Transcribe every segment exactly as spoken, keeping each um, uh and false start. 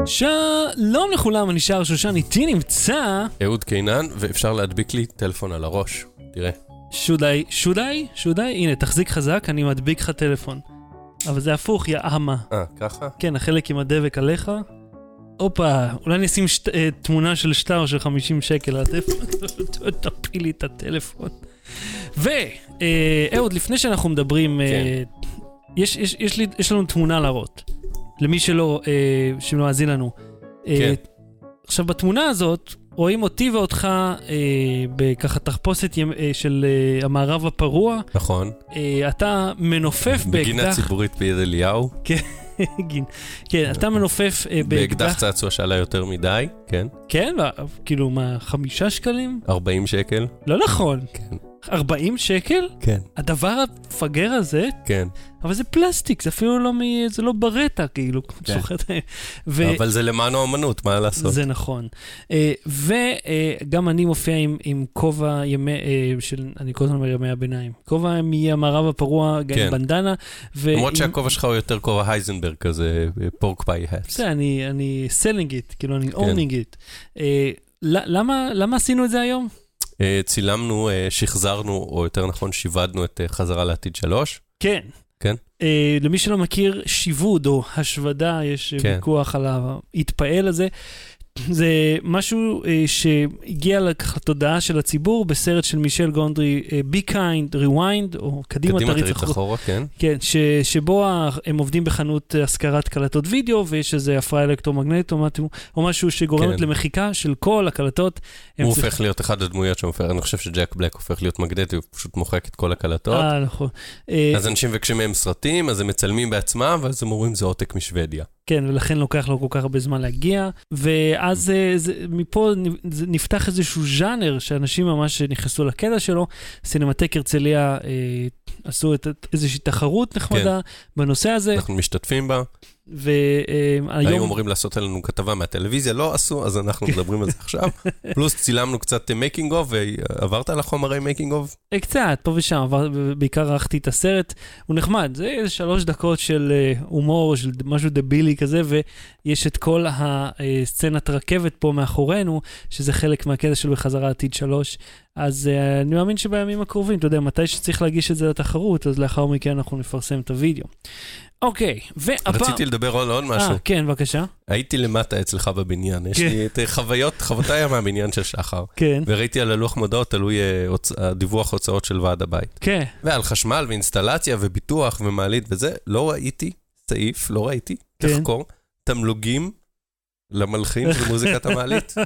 שלום לכולם, אני שר שושן, איתי נמצא אהוד קינן, ואפשר להדביק לי טלפון על הראש, תראה. שודי, שודי, שודי, הנה, תחזיק חזק, אני מדביק לך טלפון. אבל זה הפוך, יא אמה. אה, ככה? כן, החלק עם הדבק עליך. אופה, אולי נשים שט, אה, תמונה של שטר של חמישים שקל על הטלפון, תפיל לי את הטלפון. ואהוד, לפני שאנחנו מדברים, כן. אה, יש, יש, יש, לי, יש לנו תמונה להראות, למי שלא, אה, שלא מאזין לנו. אה, כן. עכשיו, בתמונה הזאת, רואים אותי ואותך אה, בככה תחפושת ימ, אה, של אה, המערב הפרוע. נכון. אה, אתה מנופף באקדח... בגינה ציבורית ביד אליהו. כן, כן, אתה מנופף אה, באקדח... באקדח צעצוע שעלה יותר מדי, כן. כן, כאילו מה, חמישה שקלים? ארבעים שקל. לא נכון. כן. ארבעים שקל? כן. הדבר המפגר הזה? כן. אבל זה פלסטיק, זה אפילו לא, מ... זה לא ברטה, כאילו. כן. ו... אבל זה למען האמנות, מה לעשות? זה נכון. וגם אני מופיע עם, עם כובע ימי, של, אני כל הזמן אומר ימי הביניים, כובע מהמערב הפרוע, גם כן. בנדנה. ו... למרות שהכובע שלך הוא יותר כובע הייזנברג, כזה פורק פאי האט. זה, אני, אני selling it, כאילו אני owning it. למה, למה עשינו את זה היום? צילמנו, שחזרנו, או יותר נכון, שיוודנו את חזרה לעתיד שלוש. כן. כן. למי שלא מכיר, שיווד או השוודה, יש ויכוח על ההתפעל הזה. זה משהו שהגיע לתודעה של הציבור בסרט של מישל גונדרי, Be Kind, Rewind, או קדימה תריץ אחורה, כן. כן, שבו הם עובדים בחנות השכרת קלטות וידאו, ויש איזה הפרעה אלקטרומגנטית או משהו שגורמת למחיקה של כל הקלטות. הוא הופך להיות אחד הדמויות שמופך, אני חושב שג'ק בלק הופך להיות מגנטי, הוא פשוט מוחק את כל הקלטות. אה, נכון. אז אנשים מבקשים מהם סרטים, אז הם מצלמים בעצמם, ואז הם אומרים, זה עותק משוודיה. כן, ולכן לוקח לו כל כך הרבה זמן להגיע, ואז זה, מפה נפתח איזשהו ז'אנר, שאנשים ממש נכנסו לקטע שלו, סינמטק הרצליה אה, עשו את, איזושהי תחרות נחמדה כן. בנושא הזה. אנחנו משתתפים בה. והיום... היום אומרים לעשות עלינו כתבה מהטלוויזיה, לא עשו, אז אנחנו מדברים על זה עכשיו. פלוס צילמנו קצת מייקינג אוף, ועברת על החומרי מייקינג אוף? קצת, פה ושם, בעיקר ערכתי את הסרט, הוא נחמד, זה שלוש דקות של הומור, של משהו דבילי כזה, ויש את כל הסצנת רכבת פה מאחורינו, שזה חלק מהקטע שלו בחזרה עתיד שלוש, אז uh, אני מאמין שבימים הקרובים, אתה יודע, מתי שצריך להגיש את זה לתחרות, אז לאחר מכן אנחנו נפרסם את הוידאו. אוקיי, והפעם... רציתי לדבר על עוד משהו. אה, כן, בבקשה. הייתי למטה אצלך בבניין, יש לי את חוויות, חוותיי מהבניין של שחר. כן. וראיתי על הלוח מודעות, תלוי דיווח הוצאות של ועד הבית. כן. ועל חשמל ואינסטלציה וביטוח ומעלית וזה, לא ראיתי סעיף, לא ראיתי, תחקור, תמלוגים למלחים של מוזיקת המעלית.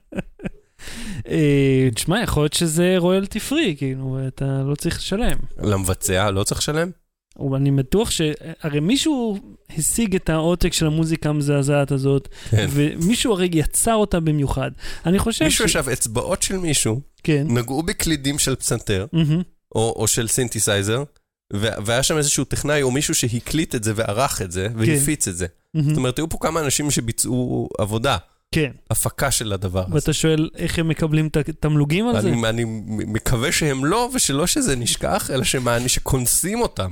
תשמע, יכול להיות שזה רויאלטי פרי, כאילו, אתה לא צריך לשלם. למבצע לא צריך לשלם? אני בטוח ש... הרי מישהו השיג את העותק של המוזיקה המזעזעת הזאת, ומישהו הרי יצר אותה במיוחד. אני חושב מישהו ישב, אצבעות של מישהו, נגעו בקלידים של פסנתר, או של סינתסייזר, והיה שם איזשהו טכנאי, או מישהו שהקליט את זה וערך את זה, והפיץ את זה. זאת אומרת, היו פה כמה אנשים שביצעו עבודה. כן. הפקה של הדבר הזה. ואתה שואל איך הם מקבלים את התמלוגים על זה? אני, אני מקווה שהם לא, ושלא שזה נשכח, אלא שמעני שקונסים אותם.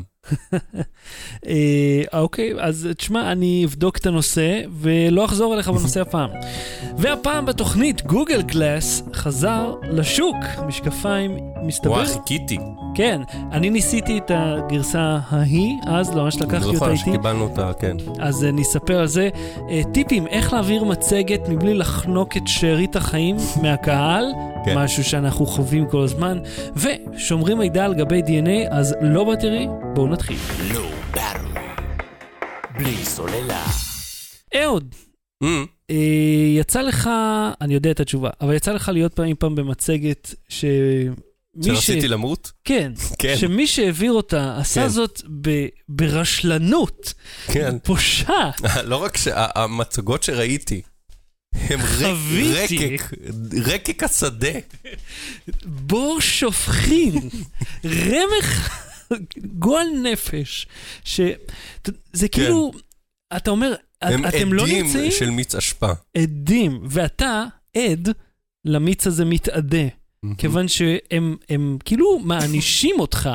אוקיי, אז תשמע, אני אבדוק את הנושא, ולא אחזור אליך בנושא הפעם. והפעם בתוכנית גוגל גלאס חזר לשוק, משקפיים מסתבר. וואו, חיכיתי. כן, אני ניסיתי את הגרסה ההיא, אז לא ממש לקחתי אותה איתי. שקיבלנו אותה, כן. אז נספר על זה. טיפים, איך להעביר מצגת מבלי לחנוק את שארית החיים מהקהל, כן. משהו שאנחנו חווים כל הזמן, ושומרים מידע על גבי די אן איי, אז לא בטרי, בואו נתחיל. לא בטרי, בלי סוללה. אהוד, mm. אה, יצא לך, אני יודע את התשובה, אבל יצא לך להיות פעמים פעם במצגת ש... שרציתי ש... למות? כן, כן, שמי שהעביר אותה עשה כן. זאת ב... ברשלנות, כן. פושע. לא רק שהמצגות שראיתי, הם רקק, רקק השדה. בור שופכין, רמך גועל נפש, שזה כאילו, אתה אומר, אתם לא נמצאים? הם עדים של מיץ אשפה. עדים, ואתה עד למיץ הזה מתעדה. כיוון שהם הם כאילו מענישים אותך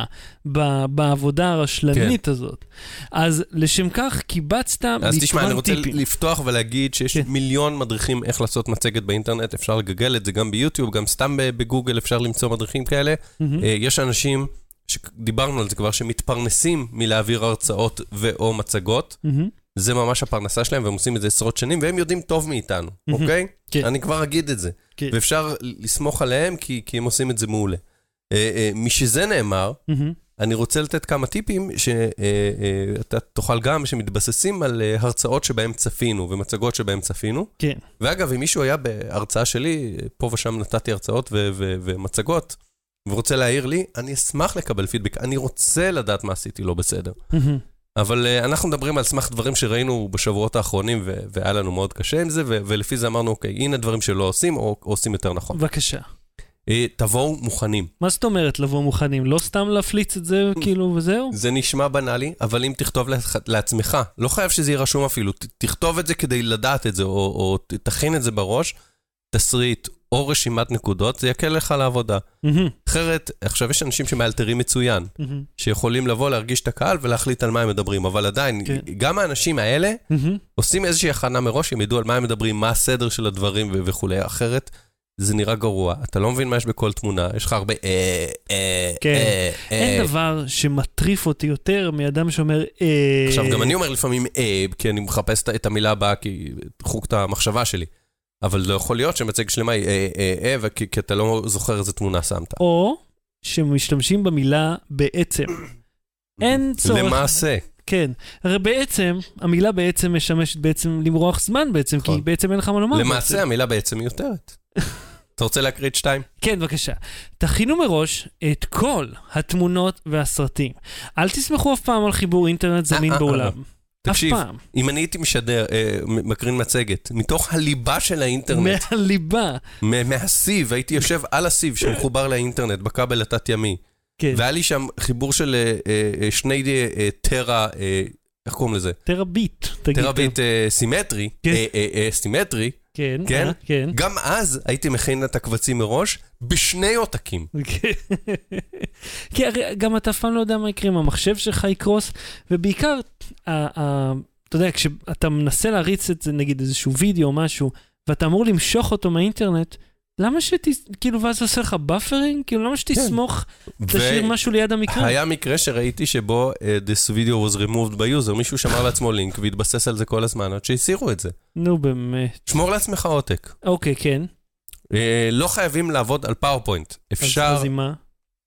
בעבודה הרשלנית כן. הזאת. אז לשם כך קיבצת מגוון טיפים. אז תשמע, אני רוצה לפתוח ולהגיד שיש כן. מיליון מדריכים איך לעשות מצגת באינטרנט, אפשר לגגל את זה גם ביוטיוב, גם סתם בגוגל אפשר למצוא מדריכים כאלה. Mm-hmm. יש אנשים שדיברנו על זה כבר, שמתפרנסים מלהעביר הרצאות ו/או מצגות. Mm-hmm. זה ממש הפרנסה שלהם, והם עושים את זה עשרות שנים, והם יודעים טוב מאיתנו, mm-hmm. אוקיי? כן. אני כבר אגיד את זה. כן. ואפשר לסמוך עליהם, כי, כי הם עושים את זה מעולה. אה, אה, משזה נאמר, mm-hmm. אני רוצה לתת כמה טיפים, שאתה אה, אה, תוכל גם, שמתבססים על אה, הרצאות שבהם צפינו, ומצגות שבהם צפינו. כן. ואגב, אם מישהו היה בהרצאה שלי, פה ושם נתתי הרצאות ו- ו- ומצגות, ורוצה להעיר לי, אני אשמח לקבל פידבק, אני רוצה לדעת מה עשיתי לא בסדר. Mm-hmm. אבל uh, אנחנו מדברים על סמך דברים שראינו בשבועות האחרונים, ו- והיה לנו מאוד קשה עם זה, ו- ולפי זה אמרנו, אוקיי, הנה דברים שלא עושים, או, או עושים יותר נכון. בבקשה. Uh, תבואו מוכנים. מה זאת אומרת לבוא מוכנים? לא סתם להפליץ את זה, כאילו, וזהו? זה נשמע בנאלי, אבל אם תכתוב לעצמך, לא חייב שזה יהיה רשום אפילו, ת- תכתוב את זה כדי לדעת את זה, או, או תכין את זה בראש, תסריט, או רשימת נקודות, זה יקל לך לעבודה. Mm-hmm. אחרת, עכשיו יש אנשים שמאלתרים מצוין, mm-hmm. שיכולים לבוא להרגיש את הקהל ולהחליט על מה הם מדברים, אבל עדיין, okay. גם האנשים האלה mm-hmm. עושים איזושהי הכנה מראש, הם ידעו על מה הם מדברים, מה הסדר של הדברים ו- וכו'. אחרת, זה נראה גרוע. אתה לא מבין מה יש בכל תמונה, יש לך הרבה אה, אה, כן. אה, אין אה. דבר שמטריף אותי יותר מאדם שאומר אה... עכשיו, גם אני אומר לפעמים אה, כי אני מחפש את המילה הבאה, כי חוק את המחשבה שלי. אבל לא יכול להיות שמצג שלמה היא אה, אה, אה, וכי, כי אתה לא זוכר איזה תמונה שמת. או שמשתמשים במילה בעצם. אין צורך... למעשה. כן. הרי בעצם, המילה בעצם משמשת בעצם למרוח זמן בעצם, כי בעצם אין לך מה לומר. למעשה המילה בעצם מיותרת. אתה רוצה להקריא את שתיים? כן, בבקשה. תכינו מראש את כל התמונות והסרטים. אל תסמכו אף פעם על חיבור אינטרנט זמין בעולם. תקשיב, אם אני הייתי משדר, מקרין מצגת, מתוך הליבה של האינטרנט. מהליבה. מהסיב, הייתי יושב על הסיב שמחובר לאינטרנט, בכבל התת ימי. והיה לי שם חיבור של שני טרה, איך קוראים לזה? טרה ביט. טרה ביט סימטרי. סימטרי. כן, כן? כן. גם אז הייתי מכין את הקבצים מראש בשני עותקים. כי גם אתה אף פעם לא יודע מה יקרה, המחשב שלך יקרוס, ובעיקר, אתה יודע, כשאתה מנסה להריץ את זה, נגיד איזשהו וידאו או משהו, ואתה אמור למשוך אותו מהאינטרנט, למה שת... כאילו, ואז עושה לך באפרינג? כאילו, למה שתסמוך, תשאיר משהו ליד המקרה? היה מקרה שראיתי שבו this video was removed by user, מישהו שמר לעצמו לינק והתבסס על זה כל הזמן, עד שהסירו את זה. נו, באמת. שמור לעצמך עותק. אוקיי, כן. לא חייבים לעבוד על פאורפוינט. אפשר... אז עם מה?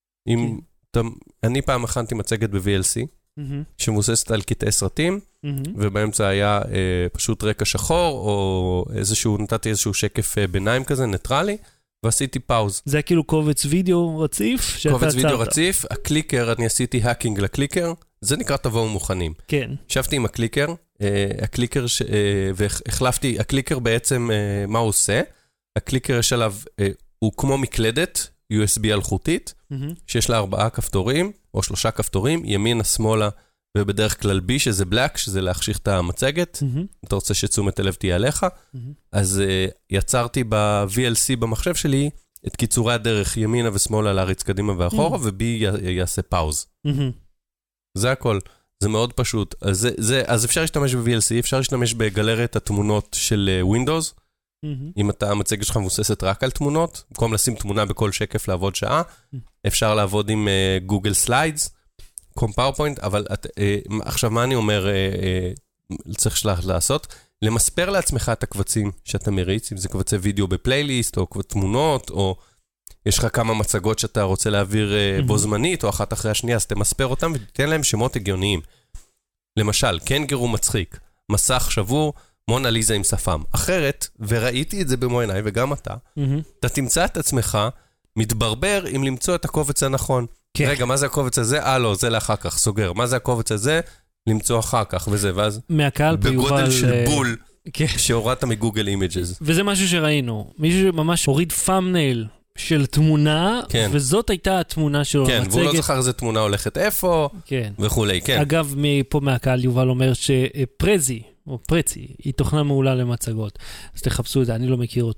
אני פעם הכנתי מצגת ב-וי אל סי, שמבוססת על קטעי סרטים, ובאמצע היה פשוט רקע שחור, או איזשהו, נתתי איזשהו שקף ביניים כזה, ניטרלי, ועשיתי פאוז. זה היה כאילו קובץ וידאו רציף? קובץ וידאו רציף, הקליקר, אני עשיתי האקינג לקליקר, זה נקרא תבואו מוכנים. כן. ישבתי עם הקליקר, הקליקר, והחלפתי, הקליקר בעצם, מה הוא עושה? הקליקר יש עליו, הוא כמו מקלדת, יו אס בי אלחוטית, שיש לה ארבעה כפתורים, או שלושה כפתורים, ימינה, שמאלה, ובדרך כלל בי, שזה בלק, שזה להחשיך את המצגת, אתה רוצה שתשומת הלב תהיה עליך, אז יצרתי ב-וי אל סי במחשב שלי, את קיצורי הדרך ימינה ושמאלה להריץ קדימה ואחורה, ובי יעשה פאוז. זה הכל, זה מאוד פשוט. אז, זה, אז אפשר להשתמש ב-וי אל סי, אפשר להשתמש בגלריית התמונות של Windows, אם אתה המצגת שלך מבוססת רק על תמונות, במקום לשים תמונה בכל שקף לעבוד שעה, אפשר לעבוד עם גוגל סליידס, קום פאורפוינט, אבל את, אה, עכשיו מה אני אומר, אה, אה, צריך שלך לעשות? למספר לעצמך את הקבצים שאתה מריץ, אם זה קבצי וידאו בפלייליסט, או תמונות, או יש לך כמה מצגות שאתה רוצה להעביר אה, בו זמנית, או אחת אחרי השנייה, אז תמספר אותם ותתן להם שמות הגיוניים. למשל, קנגרו מצחיק, מסך שבור, מונה ליזה עם שפם. אחרת, וראיתי את זה במו עיניי, וגם אתה, אתה תמצא את עצמך מתברבר אם למצוא את הקובץ הנכון. כן. רגע, מה זה הקובץ הזה? אה, לא, זה לאחר כך, סוגר. מה זה הקובץ הזה? למצוא אחר כך, וזה, ואז... מהקהל פה יובל... בגודל של בול, כן. שהורדת מגוגל אימג'ז. וזה משהו שראינו. מישהו שממש הוריד פאמנייל של תמונה, כן. וזאת הייתה התמונה שלו. כן, והוא לא זכר איזה תמונה הולכת איפה, כן. וכולי, כן. אגב, מפה מהקהל יובל אומר שפרזי, או פרצי, היא תוכנה מעולה למצגות. אז תחפשו את זה, אני לא מכיר אותה.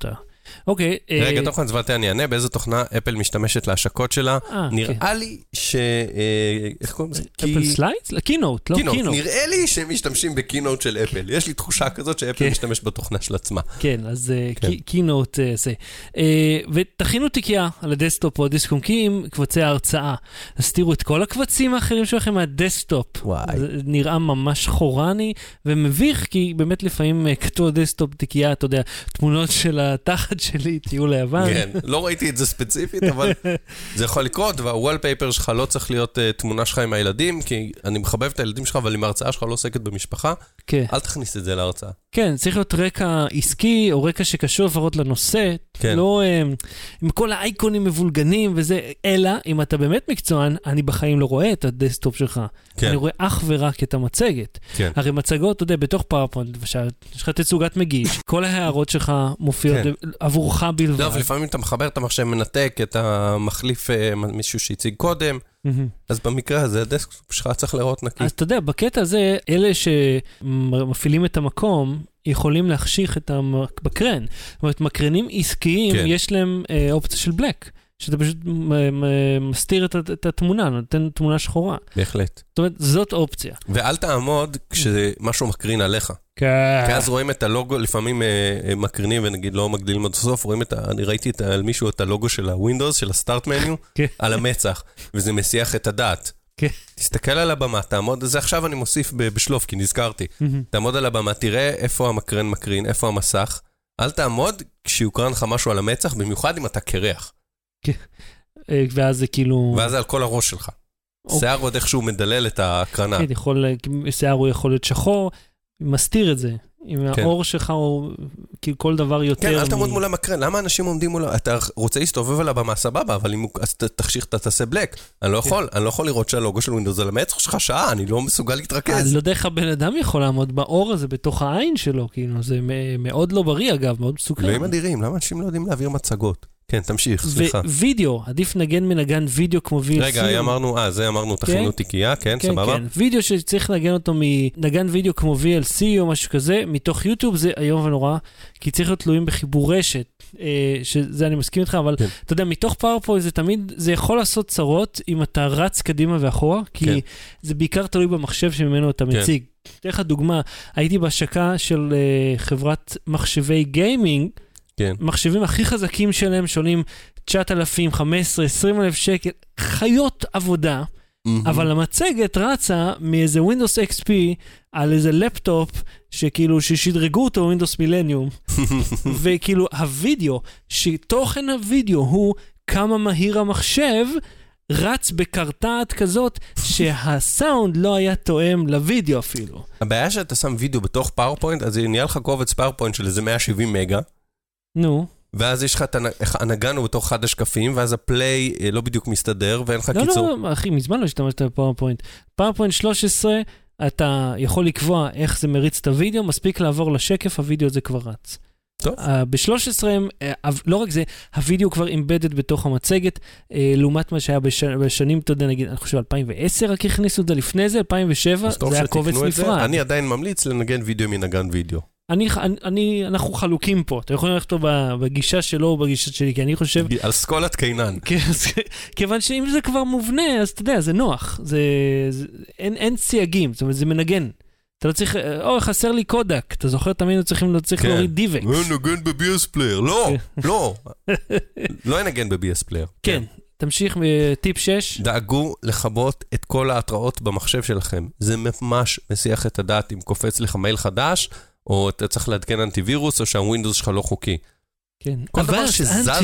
אוקיי. רגע, תוכן זוולתי אני אענה, באיזו תוכנה אפל משתמשת להשקות שלה. נראה לי ש... איך קוראים לזה? אפל סליידס? קינוט, לא קינוט. נראה לי שהם משתמשים בקינוט של אפל. יש לי תחושה כזאת שאפל משתמש בתוכנה של עצמה. כן, אז קינוט זה. ותכינו תיקייה על הדסקטופ או הדיסקום, כי אם קבצי ההרצאה, אז תראו את כל הקבצים האחרים שלכם מהדסקטופ. זה נראה ממש חורני ומביך, כי באמת לפעמים כתוב דסקטופ תיקייה, אתה יודע, תמונות של התחת שלי, טיול ליוון. כן, לא ראיתי את זה ספציפית, אבל זה יכול לקרות, והוולפייפר שלך לא צריך להיות תמונה שלך עם הילדים, כי אני מחבב את הילדים שלך, אבל אם ההרצאה שלך לא עוסקת במשפחה, אל תכניס את זה להרצאה. כן, צריך להיות רקע עסקי, או רקע שקשור לפחות לנושא, לא עם כל האייקונים מבולגנים וזה, אלא אם אתה באמת מקצוען, אני בחיים לא רואה את הדסקטופ שלך. אני רואה אך ורק את המצגת. הרי מצגות, אתה יודע, בתוך פאורפוינט, יש לך תצוגת מגיש, כל ההערות שלך מופיעות עבורך בלבד. לא, ולפעמים אתה מחבר את המחשב, מנתק את המחליף מישהו שהציג קודם, אז במקרה הזה, הדסקטופ שלך צריך לראות נקי. אז אתה יודע, בקטע הזה, אלה שמפעילים את המקום, יכולים להחשיך את המקרן. זאת אומרת, מקרנים עסקיים, יש להם אופציה של בלק. שאתה פשוט מסתיר את התמונה, נותן תמונה שחורה. בהחלט. זאת אומרת, זאת אופציה. ואל תעמוד כשמשהו מקרין עליך. כן. כי אז רואים את הלוגו, לפעמים מקרינים ונגיד לא מגדילים עד הסוף, רואים את, אני ראיתי על מישהו את הלוגו של הווינדוס, של הסטארט מניו, על המצח, וזה מסיח את הדעת. תסתכל על הבמה, תעמוד, זה עכשיו אני מוסיף בשלוף, כי נזכרתי. תעמוד על הבמה, תראה איפה המקרן מקרין, איפה המסך. אל תעמוד כשיוקרן לך משהו על המצח, במיוחד אם אתה קרח. ואז זה כאילו... ואז זה על כל הראש שלך. שיער עוד איכשהו מדלל את הקרנה. כן, יכול, שיער הוא יכול להיות שחור, מסתיר את זה. עם האור שלך הוא כאילו כל דבר יותר... כן, אל תעמוד מול המקרן. למה אנשים עומדים מול... אתה רוצה להסתובב על הבמה, סבבה, אבל אם תחשיך, אתה תעשה בלק. אני לא יכול, אני לא יכול לראות שהלוגו של ווינדוס על המצח שלך שעה, אני לא מסוגל להתרכז. אני לא יודע איך הבן אדם יכול לעמוד באור הזה בתוך העין שלו, כאילו, זה מאוד לא בריא, אגב, מאוד מסוכן. אלוהים אדירים, למה אנשים לא יודעים להעביר מצגות? כן, תמשיך, סליחה. ווידאו, עדיף נגן מנגן וידאו כמו וי אל סי. רגע, אמרנו, אה, זה אמרנו, תכינו תיקייה, כן, סבבה? כן, וידאו שצריך לנגן אותו מנגן וידאו כמו וי אל סי או משהו כזה, מתוך יוטיוב זה היום ונורא, כי צריך להיות תלויים בחיבור רשת, שזה אני מסכים איתך, אבל אתה יודע, מתוך פאורפוינט זה תמיד, זה יכול לעשות צרות אם אתה רץ קדימה ואחורה, כי זה בעיקר תלוי במחשב שממנו אתה מציג. אתן לך דוגמה, הייתי בהשקה של חברת מחשבי גיימינג, כן. מחשבים הכי חזקים שלהם שונים תשעת אלפים, חמש עשרה, עשרים אלף שקל, חיות עבודה, mm-hmm. אבל המצגת רצה מאיזה Windows אקס פי על איזה לפטופ שכאילו ששדרגו אותו Windows מילניום, וכאילו הוידאו, שתוכן הוידאו הוא כמה מהיר המחשב, רץ בקרטעת כזאת שהסאונד לא היה תואם לוידאו אפילו. הבעיה שאתה שם וידאו בתוך פאורפוינט, אז נהיה לך קובץ פאורפוינט של איזה מאה שבעים מגה, נו. ואז יש לך את הנגן הוא בתוך אחד השקפים, ואז הפליי לא בדיוק מסתדר, ואין לך לא, קיצור. לא, לא, אחי, מזמן לא השתמשת בפאורפוינט. פאורפוינט שלוש עשרה, אתה יכול לקבוע איך זה מריץ את הוידאו, מספיק לעבור לשקף, הוידאו הזה כבר רץ. טוב. ב-שלוש עשרה, לא רק זה, הוידאו כבר אימבדד בתוך המצגת, לעומת מה שהיה בשנים, אתה יודע, נגיד, אני חושב, אלפיים ועשר רק הכניסו את זה, לפני זה, אלפיים ושבע, זה היה קובץ נפרד. אני עדיין ממליץ לנגן וידאו מנגן וידאו. אני, אני, אנחנו חלוקים פה. אתה יכול ללכת לו בגישה שלו או בגישה שלי, כי אני חושב... על סקולת קינן. כיוון שאם זה כבר מובנה, אז אתה יודע, זה נוח. זה, זה, אין, אין סייגים, זאת אומרת, זה מנגן. אתה לא צריך, או, חסר לי קודק. אתה זוכר, תמיד צריכים, לא צריך להוריד דיבקס. נגן ב-בי אס פלייר. לא, לא. לא ינגן ב-בי אס פלייר. כן. תמשיך מטיפ שש. דאגו לחבות את כל ההתראות במחשב שלכם. זה ממש מסיח את הדעת אם קופץ לך מייל חדש, או אתה צריך לעדכן אנטיווירוס, או שהווינדוס שלך לא חוקי. כן. אבאסט,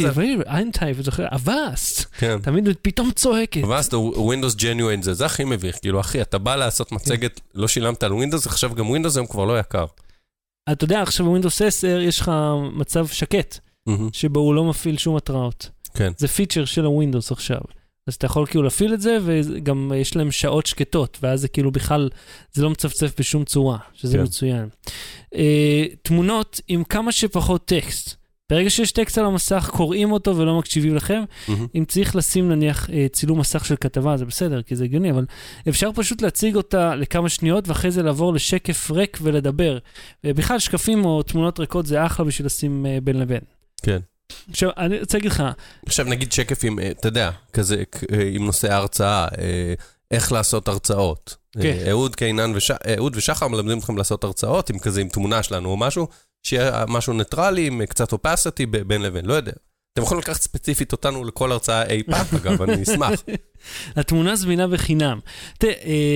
אנטי, אבאסט. כן. תמיד פתאום צועקת. אבאסט, ווינדוס ג'ניואין, זה הכי מביך. כאילו, אחי, אתה בא לעשות מצגת, לא שילמת על ווינדוס, עכשיו גם ווינדוס הם כבר לא יקר. אתה יודע, עכשיו בווינדוס עשר יש לך מצב שקט, שבו הוא לא מפעיל שום התראות. כן. זה פיצ'ר של הווינדוס עכשיו. אז אתה יכול כאילו להפעיל את זה, וגם יש להם שעות שקטות, ואז זה כאילו בכלל, זה לא מצפצף בשום צורה, שזה כן. מצוין. אה, תמונות עם כמה שפחות טקסט. ברגע שיש טקסט על המסך, קוראים אותו ולא מקשיבים לכם. Mm-hmm. אם צריך לשים נניח אה, צילום מסך של כתבה, זה בסדר, כי זה הגיוני, אבל אפשר פשוט להציג אותה לכמה שניות, ואחרי זה לעבור לשקף ריק ולדבר. ובכלל שקפים או תמונות ריקות זה אחלה בשביל לשים אה, בין לבין. כן. עכשיו, אני רוצה להגיד לך... עכשיו נגיד שקף עם, אתה יודע, כזה, עם נושא ההרצאה, איך לעשות הרצאות. אהוד קינן ושחר מלמדים אתכם לעשות הרצאות, עם כזה, עם תמונה שלנו או משהו, שיהיה משהו ניטרלי, עם קצת אופסיטי בין לבין, לא יודע. אתם יכולים לקחת ספציפית אותנו לכל הרצאה אי פעם, אגב, אני אשמח. התמונה זמינה בחינם. תראה,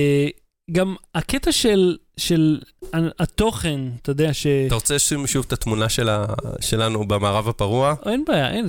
גם הקטע של, של התוכן, אתה יודע ש... אתה רוצה שוב את התמונה שלנו במערב הפרוע? אין בעיה, אין.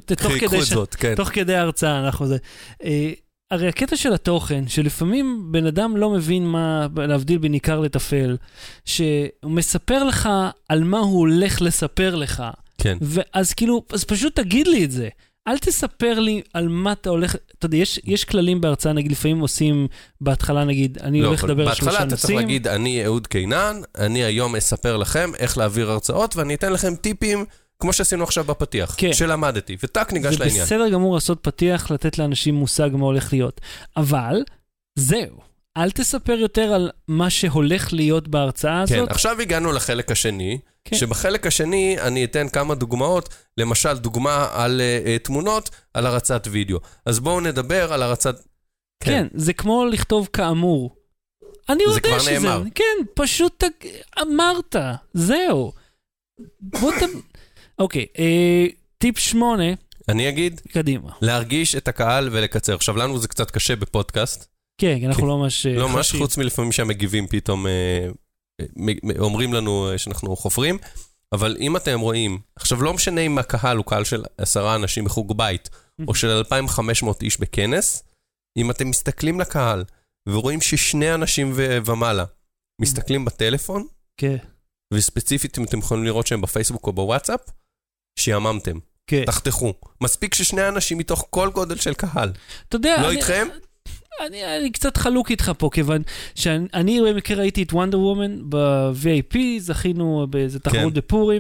תוך כדי ההרצאה, אנחנו זה... הרי הקטע של התוכן, שלפעמים בן אדם לא מבין מה להבדיל בין עיקר לטפל, שהוא מספר לך על מה הוא הולך לספר לך. כן. ואז כאילו, אז פשוט תגיד לי את זה. אל תספר לי על מה אתה הולך, אתה יודע, יש, יש כללים בהרצאה, נגיד, לפעמים עושים בהתחלה, נגיד, אני לא, הולך לדבר על שלושה נושאים. בהתחלה אתה צריך להגיד, אני אהוד קינן, אני היום אספר לכם איך להעביר הרצאות, ואני אתן לכם טיפים, כמו שעשינו עכשיו בפתיח, כן. שלמדתי, וטק ניגש לעניין. זה בסדר גמור לעשות פתיח, לתת לאנשים מושג מה הולך להיות. אבל, זהו, אל תספר יותר על מה שהולך להיות בהרצאה הזאת. כן, עכשיו הגענו לחלק השני, כן. שבחלק השני אני אתן כמה דוגמאות, למשל דוגמה על uh, תמונות, על הרצת וידאו. אז בואו נדבר על הרצת... כן, כן זה כמו לכתוב כאמור. אני יודע שזה... נאמר. כן, פשוט אמרת, זהו. בוא ת... אוקיי, אה, טיפ שמונה. אני אגיד? קדימה. להרגיש את הקהל ולקצר. עכשיו, לנו זה קצת קשה בפודקאסט. כן, אנחנו כן. לא ממש... לא ממש חוץ מלפעמים שהמגיבים פתאום... אה, אומרים לנו שאנחנו חופרים, אבל אם אתם רואים, עכשיו לא משנה אם הקהל הוא קהל של עשרה אנשים בחוג בית, או של אלפיים וחמש מאות איש בכנס, אם אתם מסתכלים לקהל, ורואים ששני אנשים ומעלה, מסתכלים בטלפון, וספציפית אם אתם יכולים לראות שהם בפייסבוק או בוואטסאפ, שיאממתם, תחתכו. מספיק ששני אנשים מתוך כל גודל של קהל. לא איתכם? אני, אני קצת חלוק איתך פה, כיוון שאני במקרה ראיתי את וונדר וומן ב-וי איי פי, זכינו באיזה תחרות כן. בפורים,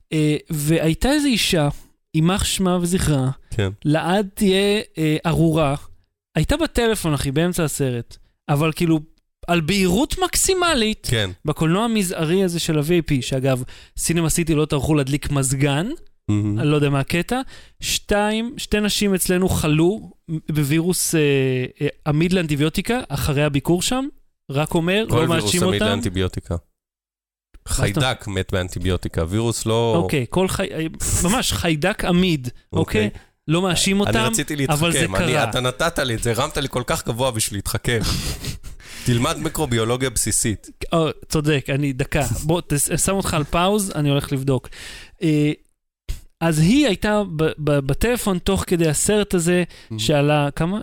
והייתה איזו אישה, יימח שמה וזכרה, כן. לעד תהיה ארורה, הייתה בטלפון, אחי, באמצע הסרט, אבל כאילו, על בהירות מקסימלית, כן. בקולנוע המזערי הזה של ה-וי איי פי, שאגב, סינמה סיטי לא טרחו להדליק מזגן, אני לא יודע מה הקטע. שתיים, שתי נשים אצלנו חלו בווירוס עמיד לאנטיביוטיקה, אחרי הביקור שם, רק אומר, לא מאשים אותם. כל וירוס עמיד לאנטיביוטיקה. חיידק מת באנטיביוטיקה, וירוס לא... אוקיי, ממש חיידק עמיד, אוקיי? לא מאשים אותם, אני רציתי להתחכם, אתה נתת לי את זה, הרמת לי כל כך גבוה בשביל להתחכם. תלמד מיקרוביולוגיה בסיסית. צודק, אני דקה. בוא, שם אותך על פאוז, אני הולך לבדוק. אז היא הייתה בטלפון תוך כדי הסרט הזה, שעלה כמה?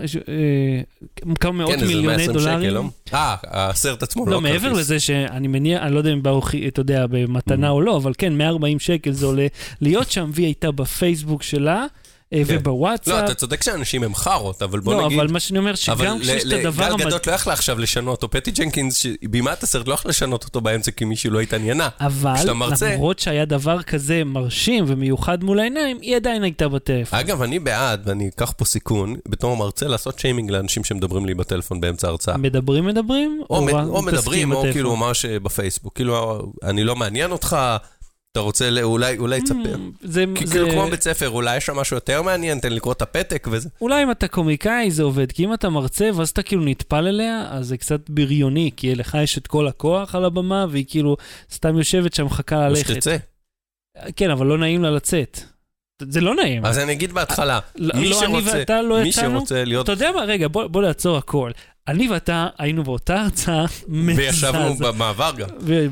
כמה מאות מיליוני דולרים. אה, הסרט עצמו לא כרטיס. לא, מעבר לזה שאני מניע, אני לא יודע אם באוכי, אתה יודע, במתנה או לא, אבל כן, מאה וארבעים שקל זה עולה להיות שם, והיא הייתה בפייסבוק שלה, ובוואטסאפ. לא, אתה צודק שאנשים הם חרות, אבל בוא נגיד... לא, אבל מה שאני אומר, שגם כשיש את הדבר... אבל גל גדות לא יכלה עכשיו לשנות, או פטי ג'נקינס, שבימת הסרט לא יכלה לשנות אותו באמצע, כי מישהו לא התעניינה. אבל, למרות שהיה דבר כזה מרשים ומיוחד מול העיניים, היא עדיין הייתה בטלפון. אגב, אני בעד, ואני אקח פה סיכון, בתור מרצה, לעשות שיימינג לאנשים שמדברים לי בטלפון באמצע הרצאה. מדברים, מדברים? או מדברים, או כאילו ממש בפייסבוק. כאילו, אני לא מעניין אותך, אתה רוצה, אולי, אולי תספר. כאילו כמו בית ספר, אולי יש שם משהו יותר מעניין, תן לקרוא את הפתק וזה. אולי אם אתה קומיקאי זה עובד, כי אם אתה מרצה ואז אתה כאילו נטפל אליה, אז זה קצת בריוני, כי לך יש את כל הכוח על הבמה, והיא כאילו סתם יושבת שם מחכה ללכת. שתצא. כן, אבל לא נעים לה לצאת. זה לא נעים. אז אני אגיד בהתחלה, מי שרוצה להיות... אתה יודע מה, רגע, בוא לעצור הכל. אני ואתה היינו באותה הרצאה מזעזע. וישבנו במעבר גם.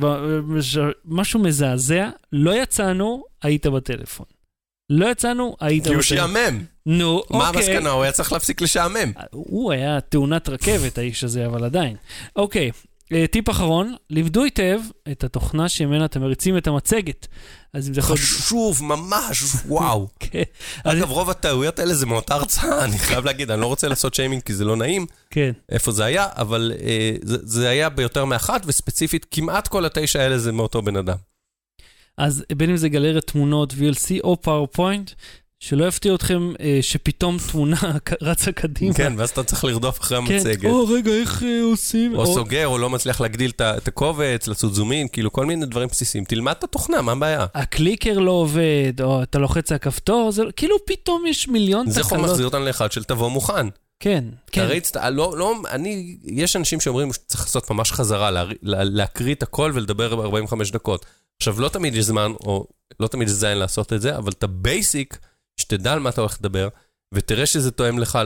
משהו מזעזע, לא יצאנו, היית בטלפון. לא יצאנו, היית בטלפון. כי הוא שעמם. נו, אוקיי. מה המסקנה? הוא היה צריך להפסיק לשעמם. הוא היה תאונת רכבת, האיש הזה, אבל עדיין. אוקיי, טיפ אחרון, לבדו היטב את התוכנה שממנה אתם מריצים את המצגת. חשוב, ממש, וואו. אגב, רוב הטעויות האלה זה מאותה הרצאה, אני חייב להגיד, אני לא רוצה לעשות שיימינג כי זה לא נעים, איפה זה היה, אבל זה היה ביותר מאחת, וספציפית, כמעט כל התשע האלה זה מאותו בן אדם. אז בין אם זה גלריית תמונות וי אל סי או פאורפוינט, שלא יפתיע אתכם אה, שפתאום תמונה רצה קדימה. כן, ואז אתה צריך לרדוף אחרי המצגת. כן, או רגע, איך אה, עושים? או, או סוגר, או לא מצליח להגדיל את הקובץ, לעשות זומין, כאילו כל מיני דברים בסיסיים. תלמד את התוכנה, מה הבעיה? הקליקר לא עובד, או אתה לוחץ על הכפתור, זה כאילו פתאום יש מיליון תקלות. זה יכול מחזיר אותנו לאחד של תבוא מוכן. כן, כן. תריץ, לא, לא, אני, יש אנשים שאומרים שצריך לעשות ממש חזרה, לה, לה, להקריא את הכל ולדבר ארבעים וחמש דקות. עכשיו, לא תמיד יש זמן, או לא תמיד יש זין לעשות את זה, אבל את הבייסיק, שתדע על מה אתה הולך לדבר, ותראה שזה תואם לך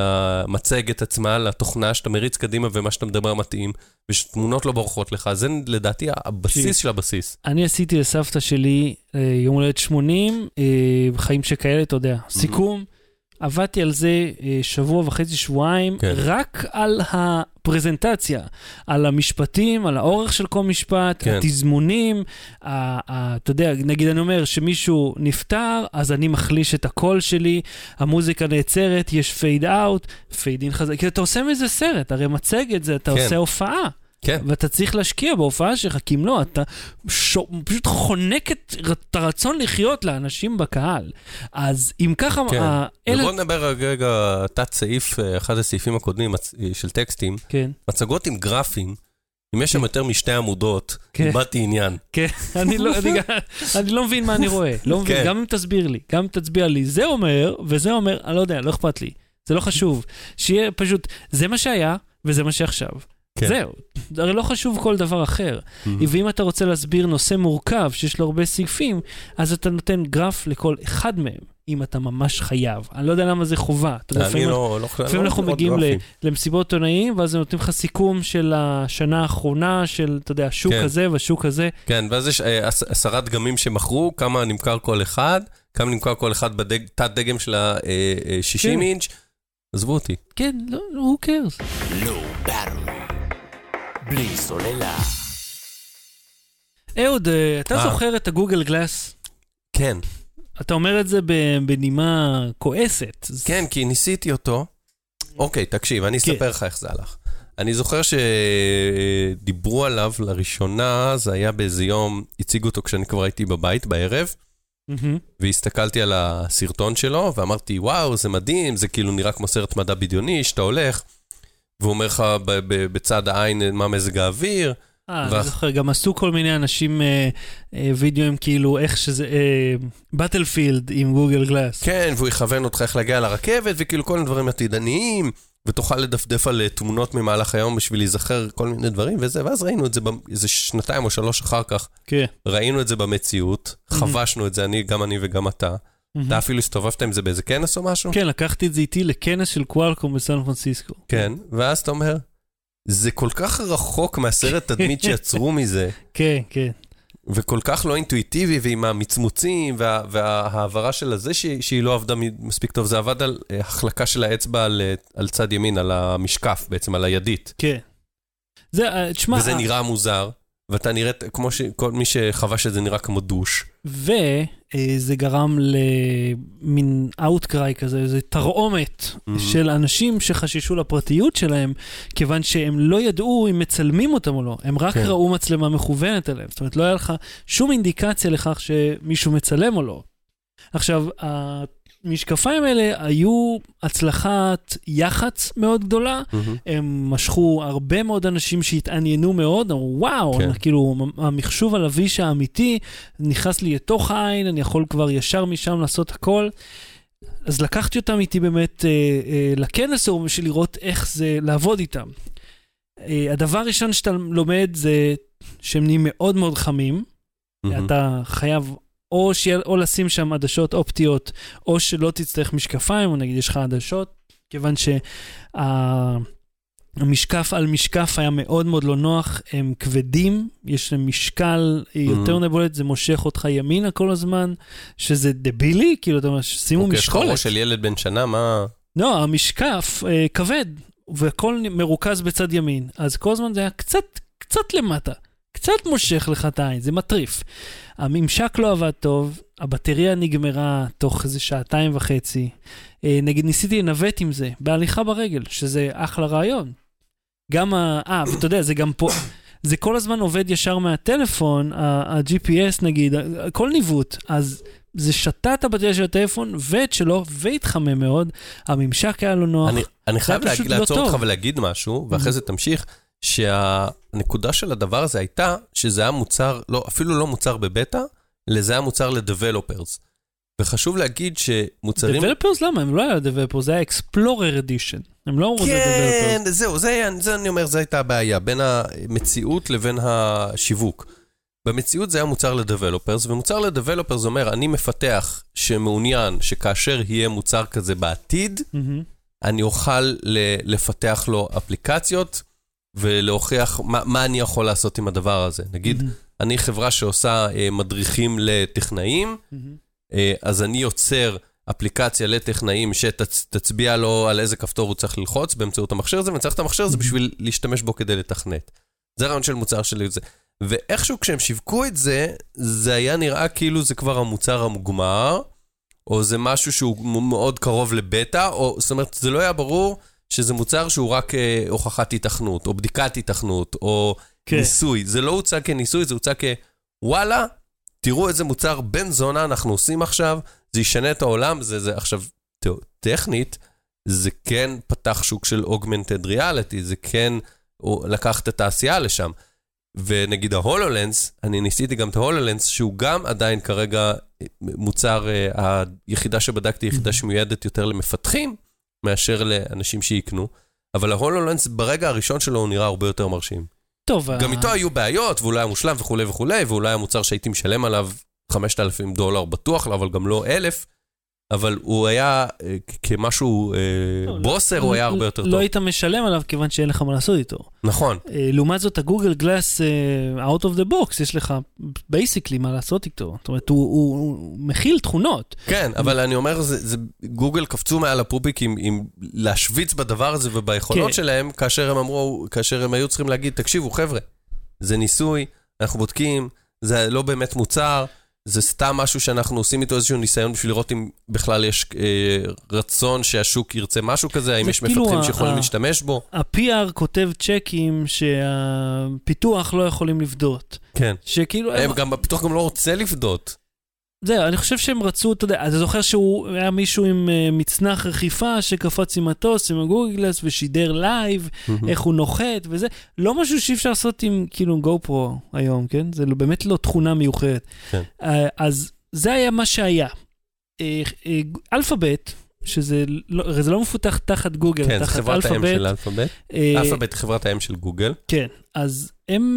למצגת עצמה, לתוכנה שאתה מריץ קדימה ומה שאתה מדבר מתאים, ושתמונות לא בורחות לך. זה לדעתי הבסיס של הבסיס. אני עשיתי לסבתא שלי יום הולדת שמונים, חיים שכאלה, אתה יודע, סיכום, עבדתי על זה שבוע וחצי, שבועיים, כן. רק על הפרזנטציה, על המשפטים, על האורך של כל משפט, כן. התזמונים, ה- ה- אתה יודע, נגיד אני אומר שמישהו נפטר, אז אני מחליש את הקול שלי, המוזיקה נעצרת, יש פייד אאוט, פייד אין חזק, כי אתה עושה מזה סרט, הרי מצגת זה, אתה כן. עושה הופעה. כן. ואתה צריך להשקיע בהופעה שלך, כי אם לא, אתה שו, פשוט חונק את, את הרצון לחיות לאנשים בקהל. אז אם ככה... כן. ה- אלה... ובוא נדבר רגע, תת סעיף, אחד הסעיפים הקודמים של טקסטים, כן. מצגות עם גרפים, אם יש שם יותר משתי עמודות, איבדתי עניין. כן, אני לא, אני, אני לא מבין מה אני רואה. לא מבין, גם אם תסביר לי, גם אם תצביע לי, זה אומר, וזה אומר, אני לא יודע, לא אכפת לי. זה לא חשוב. שיהיה פשוט, זה מה שהיה, וזה מה שעכשיו. זהו, הרי לא חשוב כל דבר אחר. ואם אתה רוצה להסביר נושא מורכב, שיש לו הרבה סעיפים, אז אתה נותן גרף לכל אחד מהם, אם אתה ממש חייב. אני לא יודע למה זה חובה. לפעמים אנחנו מגיעים למסיבות עונאים, ואז הם נותנים לך סיכום של השנה האחרונה, של, אתה יודע, השוק הזה והשוק הזה. כן, ואז יש עשרה דגמים שמכרו, כמה נמכר כל אחד, כמה נמכר כל אחד בתת דגם של ה-שישים אינץ'. עזבו אותי. כן, לא, who cares? לא ברור. בלי סוללה. אהוד, אתה זוכר את הגוגל גלאס? כן. אתה אומר את זה בנימה כועסת. כן, כי ניסיתי אותו. אוקיי, תקשיב, אני אספר לך איך זה הלך. אני זוכר שדיברו עליו לראשונה, זה היה באיזה יום, הציגו אותו כשאני כבר הייתי בבית בערב, והסתכלתי על הסרטון שלו, ואמרתי, וואו, זה מדהים, זה כאילו נראה כמו סרט מדע בדיוני, שאתה הולך, והוא אומר לך בצד העין מה מזג האוויר. אה, אני זוכר, גם עשו כל מיני אנשים וידאוים כאילו איך שזה, בטלפילד עם גוגל גלאס. כן, והוא יכוון אותך איך להגיע לרכבת, וכאילו כל מיני דברים עתידניים, ותוכל לדפדף על תמונות ממהלך היום בשביל להיזכר כל מיני דברים, וזה, ואז ראינו את זה איזה שנתיים או שלוש אחר כך. כן. ראינו את זה במציאות, חבשנו את זה, אני, גם אני וגם אתה. אתה אפילו הסתובבת עם זה באיזה כנס או משהו? כן, לקחתי את זה איתי לכנס של קואלקום בסן פרנסיסקו. כן, ואז אתה אומר, זה כל כך רחוק מהסרט תדמית שיצרו מזה. כן, כן. וכל כך לא אינטואיטיבי, ועם המצמוצים, וה, והעברה של הזה שהיא לא עבדה מספיק טוב, זה עבד על החלקה של האצבע על, על צד ימין, על המשקף בעצם, על הידית. כן. זה, תשמע... וזה נראה מוזר. ואתה נראה, כמו שכל מי שחווה שזה נראה כמו דוש. וזה גרם למין אאוטקריי כזה, איזו תרעומת mm-hmm. של אנשים שחששו לפרטיות שלהם, כיוון שהם לא ידעו אם מצלמים אותם או לא. הם רק כן. ראו מצלמה מכוונת עליהם. זאת אומרת, לא היה לך שום אינדיקציה לכך שמישהו מצלם או לא. עכשיו, המשקפיים האלה היו הצלחת יח"צ מאוד גדולה, mm-hmm. הם משכו הרבה מאוד אנשים שהתעניינו מאוד, אמרו, וואו, כן. כאילו, המחשוב הלביש האמיתי נכנס לי לתוך העין, אני יכול כבר ישר משם לעשות הכל. אז לקחתי אותם איתי באמת אה, אה, לכנס, בשביל לראות איך זה לעבוד איתם. אה, הדבר הראשון שאתה לומד זה שהם נהיים מאוד מאוד חמים, mm-hmm. אתה חייב... או, שיהיה, או לשים שם עדשות אופטיות, או שלא תצטרך משקפיים, או נגיד יש לך עדשות, כיוון שהמשקף על משקף היה מאוד מאוד לא נוח, הם כבדים, יש להם משקל יותר נבולת, זה מושך אותך ימינה כל הזמן, שזה דבילי, כאילו אתה אומר, שימו משקולת. יש לך ראש של ילד בן שנה, מה... לא, המשקף אה, כבד, והכל מרוכז בצד ימין, אז כל הזמן זה היה קצת, קצת למטה. קצת מושך לך את העין, זה מטריף. הממשק לא עבד טוב, הבטריה נגמרה תוך איזה שעתיים וחצי. נגיד ניסיתי לנווט עם זה, בהליכה ברגל, שזה אחלה רעיון. גם ה... אה, ואתה יודע, זה גם פה... זה כל הזמן עובד ישר מהטלפון, ה-ג'י פי אס נגיד, כל ניווט, אז זה שתה את הבטריה של הטלפון, ואת שלו, והתחמם מאוד, הממשק היה לו נוח. אני, אני חייב להג, לעצור לא אותך ולהגיד משהו, ואחרי זה תמשיך, שהנקודה של הדבר הזה הייתה, שזה היה מוצר, לא, אפילו לא מוצר בבטא, אלא זה היה מוצר לדבלופרס. וחשוב להגיד שמוצרים... דבלופרס למה? הם לא היה לדבלופרס, זה היה Explorer Edition. הם לא אמרו זה דבלופרס. כן, זהו, זה, זה אני אומר, זה הייתה הבעיה, בין המציאות לבין השיווק. במציאות זה היה מוצר לדבלופרס, ומוצר לדבלופרס אומר, אני מפתח שמעוניין שכאשר יהיה מוצר כזה בעתיד, mm-hmm. אני אוכל לפתח לו אפליקציות, ולהוכיח מה, מה אני יכול לעשות עם הדבר הזה. נגיד, mm-hmm. אני חברה שעושה אה, מדריכים לטכנאים, mm-hmm. אה, אז אני יוצר אפליקציה לטכנאים שתצביע לו על איזה כפתור הוא צריך ללחוץ באמצעות המכשיר הזה, ואני צריך את המכשיר הזה בשביל להשתמש בו כדי לתכנת. זה הרעיון של מוצר שלי. זה. ואיכשהו כשהם שיווקו את זה, זה היה נראה כאילו זה כבר המוצר המוגמר, או זה משהו שהוא מאוד קרוב לבטא, או זאת אומרת, זה לא היה ברור שזה מוצר שהוא רק אה, הוכחת התכנות, או בדיקת התכנות, או כן. ניסוי. זה לא הוצג כניסוי, זה הוצג כוואלה, תראו איזה מוצר בן זונה אנחנו עושים עכשיו, זה ישנה את העולם, זה, זה עכשיו, טכנית, זה כן פתח שוק של augmented reality, זה כן לקח את התעשייה לשם. ונגיד ההולולנס, אני ניסיתי גם את ההולולנס, שהוא גם עדיין כרגע מוצר, היחידה שבדקתי, יחידה שמיועדת יותר למפתחים, מאשר לאנשים שיקנו, אבל ההולולנס ברגע הראשון שלו הוא נראה הרבה יותר מרשים. טוב. גם איתו היו בעיות, ואולי היה מושלם וכו' וכו', ואולי המוצר שהייתי משלם עליו חמשת אלפים דולר בטוח, אבל גם לא אלף, אבל הוא היה כמשהו בוסר, הוא היה הרבה יותר טוב. לא היית משלם עליו כיוון שאין לך מה לעשות איתו. נכון. לעומת זאת, הגוגל גלאס out of the box, יש לך basically מה לעשות איתו. זאת אומרת, הוא מכיל תכונות. כן, אבל אני אומר, גוגל קפצו מעל הפופיק עם להשוויץ בדבר הזה וביכולות שלהם, כאשר הם אמרו, כאשר הם היו צריכים להגיד, תקשיבו חבר'ה, זה ניסוי, אנחנו בודקים, זה לא באמת מוצר, זה סתם משהו שאנחנו עושים איתו איזשהו ניסיון בשביל לראות אם בכלל יש אה, רצון שהשוק ירצה משהו כזה, האם יש כאילו מפתחים שיכולים להשתמש בו. ה-פי אר כותב צ'קים שהפיתוח לא יכולים לפדות. כן. שכאילו... הם גם, הפיתוח גם לא רוצה לפדות. זהו, אני חושב שהם רצו, אתה יודע, אתה זוכר שהוא היה מישהו עם uh, מצנח רכיפה שקפץ עם מטוס, עם הגוגל גלאס ושידר לייב, mm-hmm. איך הוא נוחת וזה, לא משהו שאי אפשר לעשות עם כאילו גו פרו היום, כן? זה באמת לא תכונה מיוחדת. כן. Uh, אז זה היה מה שהיה. Uh, uh, אלפאבית, שזה לא, זה לא מפותח תחת גוגל, כן, תחת חברת האם של אלפאבית. אלפאבית היא חברת האם של גוגל. כן, אז הם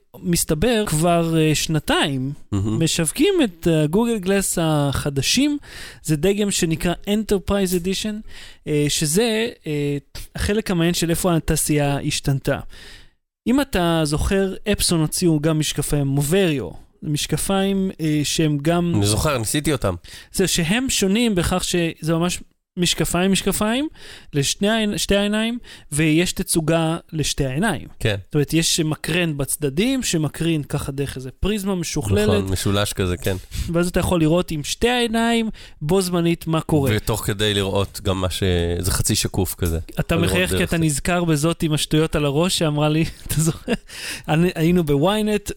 מסתבר כבר שנתיים משווקים את גוגל גלאס החדשים, זה דגם שנקרא Enterprise Edition, שזה החלק המעניין של איפה התעשייה השתנתה. אם אתה זוכר, אפסון הוציאו גם משקפיים מובריו, משקפיים שהם גם... אני זוכר, ניסיתי אותם. זה שהם שונים בכך שזה ממש משקפיים משקפיים לשתי העיניים, ויש תצוגה לשתי העיניים. כן. זאת אומרת, יש מקרן בצדדים, שמקרין ככה דרך איזה פריזמה משוכללת. נכון, משולש כזה, כן. ואז אתה יכול לראות עם שתי העיניים, בו זמנית מה קורה. ותוך כדי לראות גם מה ש... זה חצי שקוף כזה. אתה מחייך כי אתה נזכר בזאת עם השטויות על הראש, שאמרה לי, אתה זוכר? היינו בוויינט,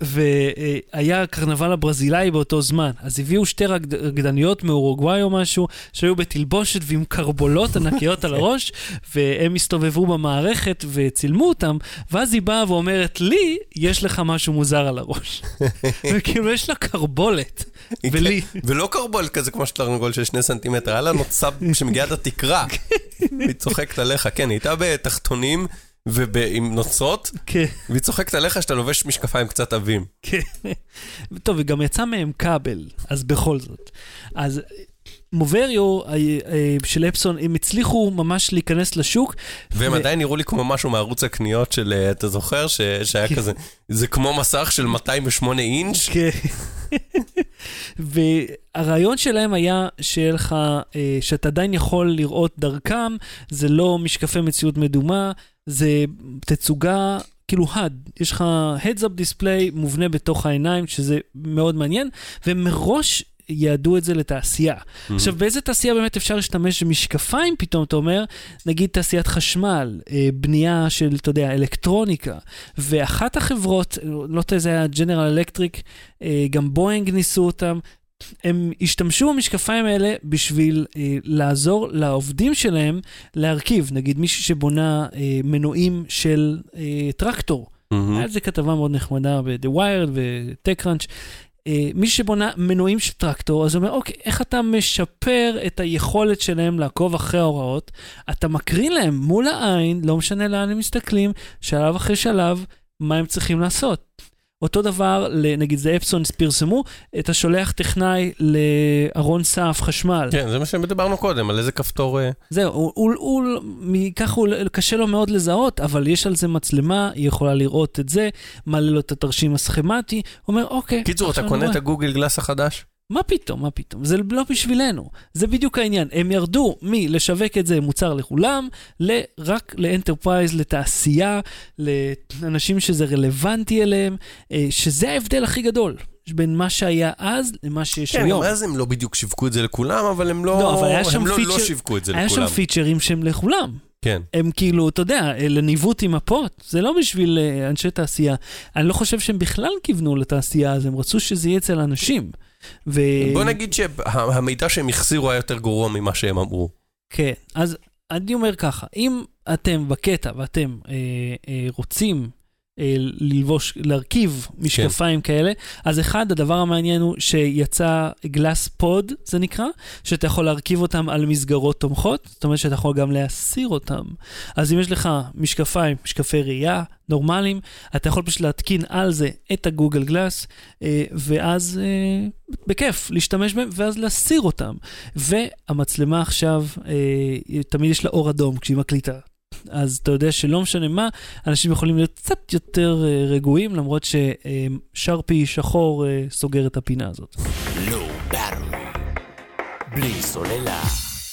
והיה קרנבל הברזילאי באותו זמן. אז הביאו שתי רקדניות מאורוגוואי או משהו, שהיו בתלבושת ועם קרבולות ענקיות על הראש, והם הסתובבו במערכת וצילמו אותם, ואז היא באה ואומרת, לי, יש לך משהו מוזר על הראש. וכאילו, יש לה קרבולת. ולי. ולא קרבולת כזה כמו שתרנגול של שני סנטימטר, היה לה נוצב שמגיעת התקרה. והיא צוחקת עליך, כן, היא הייתה בתחתונים ועם נוצרות, והיא צוחקת עליך שאתה לובש משקפיים קצת עבים. כן. טוב, היא גם יצאה מהם כבל, אז בכל זאת. אז... מובריו של אפסון, הם הצליחו ממש להיכנס לשוק. והם עדיין נראו לי כמו משהו מערוץ הקניות של, אתה זוכר, שהיה כזה, זה כמו מסך של מאתיים ושמונה אינץ'. כן. והרעיון שלהם היה שיהיה לך, שאתה עדיין יכול לראות דרכם, זה לא משקפי מציאות מדומה, זה תצוגה, כאילו הד, יש לך heads up display מובנה בתוך העיניים, שזה מאוד מעניין, ומראש יעדו את זה לתעשייה. Mm-hmm. עכשיו, באיזה תעשייה באמת אפשר להשתמש במשקפיים פתאום, אתה אומר, נגיד תעשיית חשמל, בנייה של, אתה יודע, אלקטרוניקה, ואחת החברות, לא יודע, זה היה ג'נרל אלקטריק, גם בואינג ניסו אותם, הם השתמשו במשקפיים האלה בשביל אה, לעזור לעובדים שלהם להרכיב, נגיד מישהי שבונה אה, מנועים של אה, טרקטור. Mm-hmm. היה איזו כתבה מאוד נחמדה ב-The Wired ו-TechCrunch. אה, מי שבונה מנועים של טרקטור, אז הוא אומר, אוקיי, איך אתה משפר את היכולת שלהם לעקוב אחרי ההוראות? אתה מקריא להם מול העין, לא משנה לאן הם מסתכלים, שלב אחרי שלב, מה הם צריכים לעשות. אותו דבר, נגיד זה אפסון פרסמו, אתה שולח טכנאי לארון סף חשמל. כן, זה מה שדיברנו קודם, על איזה כפתור... זהו, הוא, הוא, הוא, מכך הוא קשה לו מאוד לזהות, אבל יש על זה מצלמה, היא יכולה לראות את זה, מעלה לו את התרשים הסכמטי, הוא אומר, אוקיי. קיצור, אתה קונה את הגוגל גלאס החדש? מה פתאום, מה פתאום? זה לא בשבילנו. זה בדיוק העניין. הם ירדו מלשווק את זה מוצר לכולם, רק לאנטרפרייז, לתעשייה, לאנשים שזה רלוונטי אליהם, שזה ההבדל הכי גדול. בין מה שהיה אז למה שיש כן, היום. כן, אז הם לא בדיוק שיווקו את זה לכולם, אבל הם לא, לא, אבל היה הם לא, פיצ'ר, לא שיווקו את זה היה לכולם. היה שם פיצ'רים שהם לכולם. כן. הם כאילו, אתה יודע, לניווט עם מפות, זה לא בשביל אנשי תעשייה. אני לא חושב שהם בכלל כיוונו לתעשייה, אז הם רצו שזה יהיה אצל אנשים. ו... בוא נגיד שהמידע שהם החזירו היה יותר גרוע ממה שהם אמרו. כן, אז אני אומר ככה, אם אתם בקטע ואתם אה, אה, רוצים אה, ללבוש, להרכיב משקפיים כן. כאלה, אז אחד, הדבר המעניין הוא שיצא גלאס פוד, זה נקרא, שאתה יכול להרכיב אותם על מסגרות תומכות, זאת אומרת שאתה יכול גם להסיר אותם. אז אם יש לך משקפיים, משקפי ראייה, נורמליים, אתה יכול פשוט להתקין על זה את הגוגל גלאס, ואז בכיף להשתמש בהם, ואז להסיר אותם. והמצלמה עכשיו, תמיד יש לה אור אדום כשהיא מקליטה. אז אתה יודע שלא משנה מה, אנשים יכולים להיות קצת יותר רגועים, למרות ששרפי שחור סוגר את הפינה הזאת. לא ברור. בלי סוללה.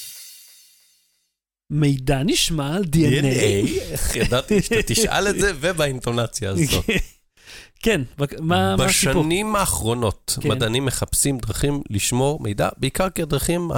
מידע נשמע על די אן איי. איך ידעתי שאתה תשאל את זה, ובאינטונציה הזאת. כן, מה הסיפור? בשנים האחרונות, מדענים מחפשים דרכים לשמור מידע, בעיקר כי הדרכים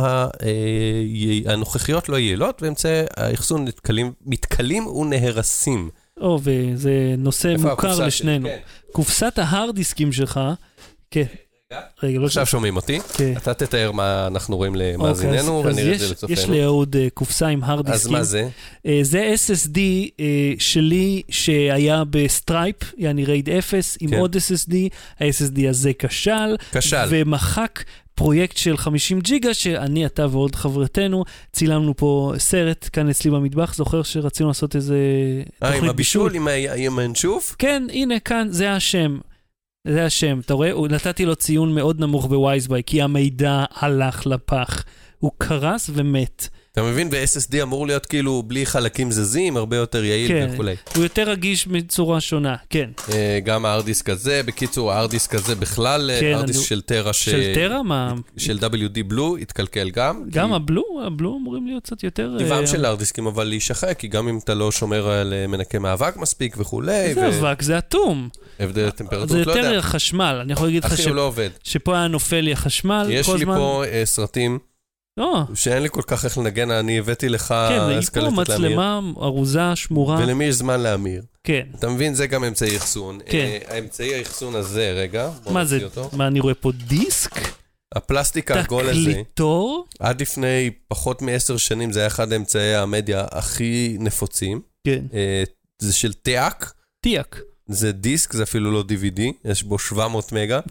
הנוכחיות לא יעילות, ואמצעי האחסון מתקלים ונהרסים. או, וזה נושא מוכר לשנינו. קופסת ההארד דיסקים שלך, כן. רגע, עכשיו שומעים אותי, אתה תתאר מה אנחנו רואים למאזיננו, ונראה את זה לצופנו. יש לי עוד קופסה עם הארד דיסקים. אז מה זה? זה אס אס די שלי שהיה בסטרייפ, יעני רייד אפס, עם עוד אס אס די, ה-אס אס די הזה כשל, ומחק פרויקט של חמישים ג'יגה, שאני, אתה ועוד חברתנו, צילמנו פה סרט כאן אצלי במטבח, זוכר שרצינו לעשות איזה תוכנית בישול? עם המנשוף? כן, הנה כאן, זה השם. זה השם, אתה רואה? נתתי לו ציון מאוד נמוך בווייזביי, כי המידע הלך לפח. הוא קרס ומת. אתה מבין? ו-אס אס די אמור להיות כאילו בלי חלקים זזים, הרבה יותר יעיל כן, וכו'. הוא יותר רגיש בצורה שונה, כן. גם הארדיסק הזה, בקיצור, הארדיסק הזה בכלל, כן, הארדיסק אני... של טרה, ש... של טרה, מה? של דאבליו די בלו, התקלקל גם. גם כי... הבלו, הבלו אמורים להיות קצת יותר... טבעם של הארדיסקים, אבל להישחק, כי גם אם אתה לא שומר על מנקי מאבק מספיק וכו'. זה ו... אבק, זה אטום. הבדל הטמפרטורות, לא יודע. זה יותר חשמל, אני יכול להגיד לך ש... לא עובד. שפה היה נופל לי החשמל. יש לי זמן... פה uh, סרטים, שאין לי כל כך איך לנגן, אני הבאתי לך אסקלטית לאמיר. כן, מצלמה ארוזה, שמורה. ולמי יש זמן לאמיר. כן. אתה מבין, זה גם אמצעי אחסון. כן. האמצעי האחסון הזה, רגע, מה זה? מה, אני רואה פה דיסק? הפלסטיק העגול הזה. תקליטור? עד לפני פחות מעשר שנים, זה היה אחד האמצעי המדיה הכי נפוצים. כן. זה של טיאק. טיאק. זה דיסק, זה אפילו לא די וי די, יש בו שבע מאות מגה.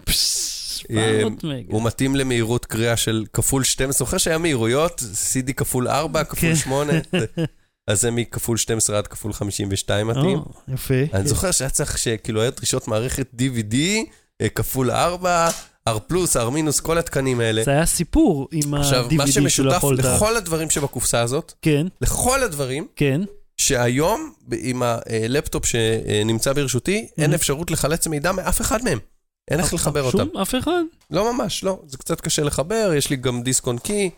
שבע מאות מגה. הוא מתאים למהירות קריאה של כפול שתים עשרה, זוכר שהיה מהירויות, סי די כפול ארבע, כפול שמונה, אז זה מכפול שתים עשרה עד כפול חמישים ושתיים מתאים. יפה. אני זוכר שהיה צריך שכאילו היה דרישות מערכת די וי די, כפול ארבע, R פלוס, R מינוס, כל התקנים האלה. זה היה סיפור עם ה-די וי די שלא יכולת. עכשיו, מה שמשותף לכל הדברים שבקופסה הזאת, כן. לכל הדברים, כן. שהיום, עם הלפטופ שנמצא ברשותי, אין אפשרות לחלץ מידע מאף אחד מהם. אין איך לחבר אותם. שום? אף אחד? לא ממש, לא. זה קצת קשה לחבר, יש לי גם דיסק און קי,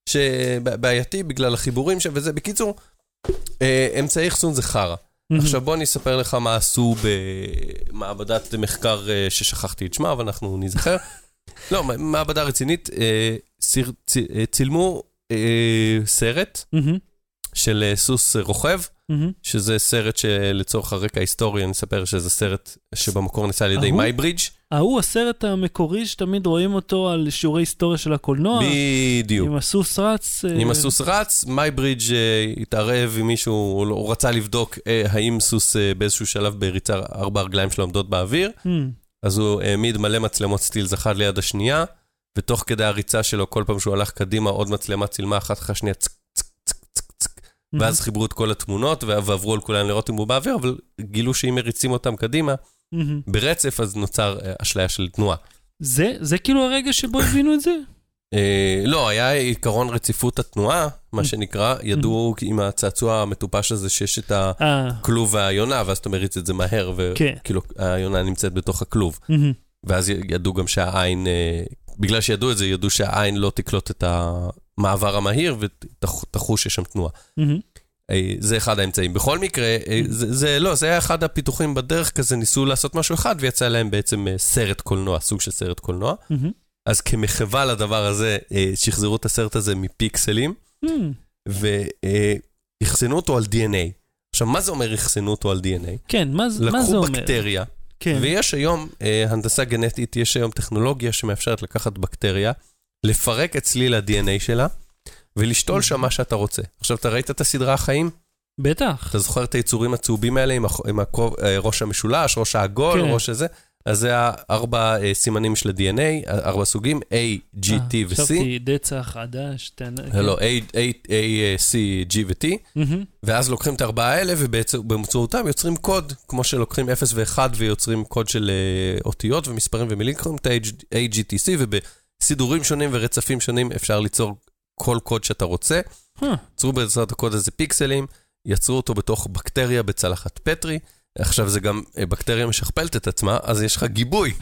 שבעייתי בגלל החיבורים וזה. בקיצור, אמצעי אחסון זה חרא. עכשיו בוא אני אספר לך מה עשו במעבדת מחקר ששכחתי את שמה, אבל אנחנו נזכר. לא, מעבדה רצינית, צילמו סרט, של סוס רוכב, שזה סרט שלצורך הרקע ההיסטורי, אני אספר שזה סרט שבמקור נעשה על ידי מייברידג'. ההוא הסרט המקורי שתמיד רואים אותו על שיעורי היסטוריה של הקולנוע. בדיוק. עם הסוס רץ. עם הסוס רץ, מייברידג' התערב עם מישהו, הוא רצה לבדוק האם סוס באיזשהו שלב בריצה ארבע הרגליים שלו עומדות באוויר, אז הוא העמיד מלא מצלמות סטילס אחד ליד השנייה, ותוך כדי הריצה שלו, כל פעם שהוא הלך קדימה, עוד מצלמה צילמה אחת אחרי השנייה, צק, צק, צק, צק, צק, ואז חיברו את כל התמונות, ועברו על כולן לראות אם הוא באוויר, אבל גילו שאם מריצים אותם קדימה, ברצף, אז נוצר אשליה של תנועה. זה, זה כאילו הרגע שבו הבינו את זה? לא, היה עיקרון רציפות התנועה, מה שנקרא, ידעו עם הצעצוע המטופש הזה שיש את הכלוב והיונה, ואז אתה מריץ את זה מהר, וכאילו היונה נמצאת בתוך הכלוב. ואז ידעו גם שהעין, בגלל שידעו את זה, ידעו שהעין לא תקלוט את המעבר המהיר, ותחוש שיש שם תנועה. זה אחד האמצעים. בכל מקרה, זה, זה לא, זה היה אחד הפיתוחים בדרך כזה, ניסו לעשות משהו אחד, ויצא להם בעצם סרט קולנוע, סוג של סרט קולנוע. אז כמחווה לדבר הזה, שחזרו את הסרט הזה מפיקסלים, והחסנו אותו על די אן איי. עכשיו, מה זה אומר החסנו אותו על די אן איי? כן, מה, מה זה אומר? לקחו בקטריה, כן. ויש היום, הנדסה גנטית, יש היום טכנולוגיה שמאפשרת לקחת בקטריה, לפרק את צליל ה-די אן איי שלה, ולשתול שם מה שאתה רוצה. עכשיו, אתה ראית את הסדרה החיים? בטח. אתה זוכר את היצורים הצהובים האלה עם, עם הראש המשולש, ראש העגול, כן. ראש הזה? אז זה הארבע סימנים של ה-די אן איי, ארבע סוגים, A, G, T ו-C. חשבתי דצח, חדש, לא, A, C, G ו-T, ואז לוקחים את הארבעה האלה, ובאמצעותם יוצרים קוד, כמו שלוקחים אפס ו-אחד, ויוצרים קוד של אותיות ומספרים ומילים, קוראים את A, G, T, C, ובסידורים שונים ורצפים שונים אפשר ליצור כל קוד שאתה רוצה. יצרו בעזרת הקוד הזה פיקסלים, יצרו אותו בתוך בקטריה בצלחת פטרי, עכשיו זה גם בקטריה משכפלת את עצמה, אז יש לך גיבוי.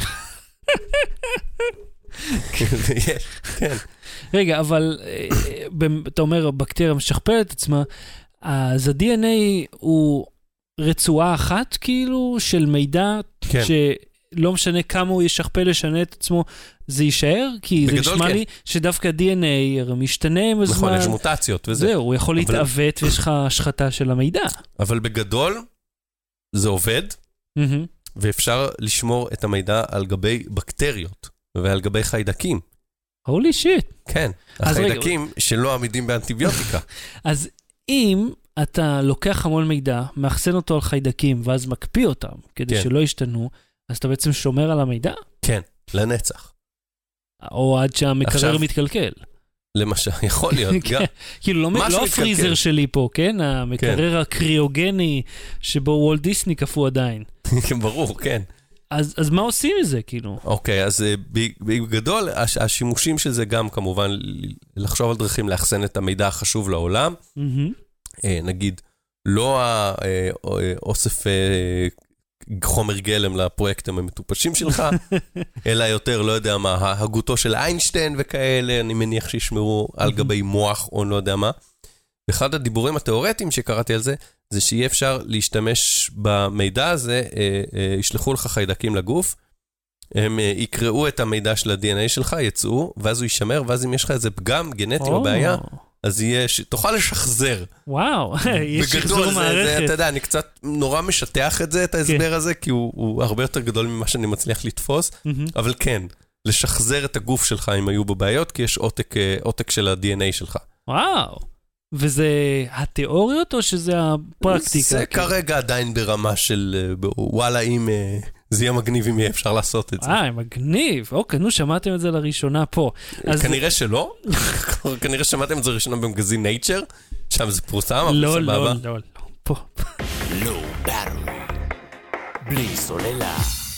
כן. רגע, אבל אתה אומר, בקטריה משכפלת את עצמה, אז ה-די אן איי הוא רצועה אחת כאילו של מידע, שלא משנה כמה הוא ישכפל לשנה את עצמו, זה יישאר? כי זה נשמע לי שדווקא די אן איי משתנה עם הזמן. נכון, יש מוטציות וזה. זהו, הוא יכול להתעוות ויש לך השחתה של המידע. אבל בגדול, זה עובד, ואפשר לשמור את המידע על גבי בקטריות, ועל גבי חיידקים. הולי שיט. כן, החיידקים שלא עמידים באנטיביוטיקה. אז אם אתה לוקח המון מידע, מאחסן אותו על חיידקים, ואז מקפיא אותם, כדי שלא ישתנו, אז אתה בעצם שומר על המידע? כן, לנצח. או עד שהמקרר מתקלקל. למשל, יכול להיות. כאילו, לא הפריזר שלי פה, כן? המקרר הקריוגני שבו וולט דיסני קפוא עדיין. ברור, כן. אז מה עושים מזה, כאילו? אוקיי, אז בגדול, השימושים של זה גם, כמובן, לחשוב על דרכים לאחסן את המידע החשוב לעולם. נגיד, לא האוסף חומר גלם לפרויקטים המטופשים שלך, אלא יותר, לא יודע מה, ההגותו של איינשטיין וכאלה, אני מניח שישמרו על גבי מוח או לא יודע מה. ואחד הדיבורים התיאורטיים שקראתי על זה, זה שיהיה אפשר להשתמש במידע הזה, ישלחו לך חיידקים לגוף, הם יקראו את המידע של ה-די אן איי שלך, יצאו, ואז הוא יישמר, ואז אם יש לך איזה פגם גנטי או בעיה, אז יהיה, תוכל לשחזר. וואו, יש שחזור מערכת. אתה יודע, אני קצת נורא משטח את זה, את ההסבר הזה, כי הוא הרבה יותר גדול ממה שאני מצליח לתפוס, אבל כן, לשחזר את הגוף שלך אם היו בו בעיות, כי יש עותק של ה-די אן איי שלך. וואו, וזה התיאוריות או שזה הפרקטיקה? זה כרגע עדיין ברמה של, וואלה, אם זה יהיה מגניב אם יהיה אפשר לעשות את זה. אה, מגניב. אוקיי, נו, שמעתם את זה לראשונה פה. כנראה שלא. כנראה שמעתם את זה לראשונה במגזין נייצ'ר, שם זה פורסם, אבל לא, לא, לא, לא, פה. לא ברל. בלי סוללה.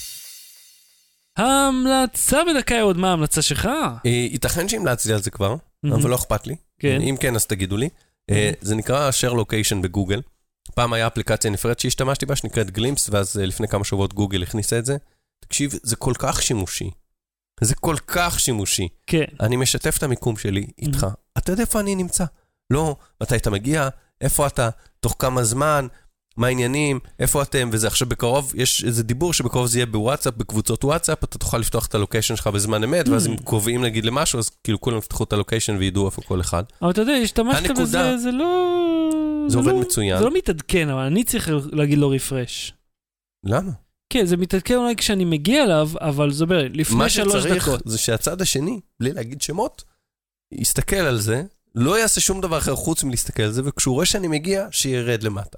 ההמלצה בדקה עוד, מה ההמלצה שלך? ייתכן שהמלצתי על זה כבר, אבל לא אכפת לי. אם כן, אז תגידו לי. זה נקרא share location בגוגל. פעם היה אפליקציה נפרדת שהשתמשתי בה, שנקראת גלימפס, ואז לפני כמה שבועות גוגל הכניסה את זה. תקשיב, זה כל כך שימושי. זה כל כך שימושי. כן. אני משתף את המיקום שלי איתך. אתה יודע איפה אני נמצא? לא, מתי אתה מגיע? איפה אתה? תוך כמה זמן? מה העניינים? איפה אתם? וזה עכשיו בקרוב, יש איזה דיבור שבקרוב זה יהיה בוואטסאפ, בקבוצות וואטסאפ, אתה תוכל לפתוח את הלוקיישן שלך בזמן אמת, ואז אם קובעים נגיד למשהו, אז כאילו כולם יפתחו את הלוקיישן וידעו איפה כל אחד. אבל אתה יודע, השתמשת בזה, זה לא... זה עובד מצוין. זה לא מתעדכן, אבל אני צריך להגיד לו רפרש. למה? כן, זה מתעדכן אולי כשאני מגיע אליו, אבל זה אומר, לפני שלוש דקות. מה שצריך זה שהצד השני, בלי להגיד שמות, יסתכל על זה, לא יעשה שום דבר אחר חוץ מלהסתכל על זה, וכשהוא רואה שאני מגיע, שירד למטה.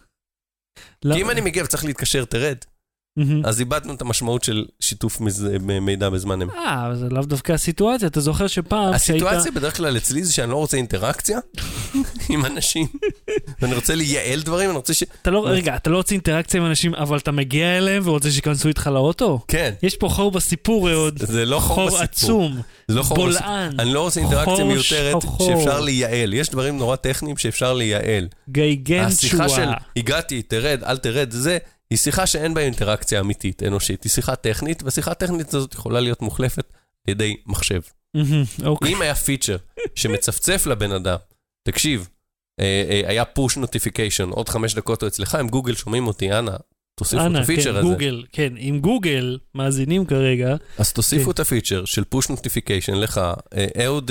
כי אם אני מגיע וצריך להתקשר, תרד. אז איבדנו את המשמעות של שיתוף מידע בזמן אמת. אה, זה לאו דווקא הסיטואציה. אתה זוכר שפעם... הסיטואציה בדרך כלל אצלי זה שאני לא רוצה אינטראקציה עם אנשים. ואני רוצה לייעל דברים, אני רוצה ש... רגע, אתה לא רוצה אינטראקציה עם אנשים, אבל אתה מגיע אליהם ורוצה שיכנסו איתך לאוטו? כן. יש פה חור בסיפור עוד. זה לא חור בסיפור. חור עצום. בולען. אני לא רוצה אינטראקציה מיותרת שאפשר לייעל. יש דברים נורא טכניים שאפשר לייעל. גייגן השיחה של הגעתי, תרד, אל תרד, זה היא שיחה שאין בה אינטראקציה אמיתית, אנושית. היא שיחה טכנית, והשיחה הטכנית הזאת יכולה להיות מוחלפת על ידי מחשב. אם היה פיצ'ר שמצפצף לבן אדם, תקשיב, היה פוש נוטיפיקיישן, עוד חמש דקות או אצלך, עם גוגל שומעים אותי, אנא, תוסיפו את הפיצ'ר הזה. כן, עם גוגל מאזינים כרגע. אז תוסיפו את הפיצ'ר של פוש נוטיפיקיישן לך, אהוד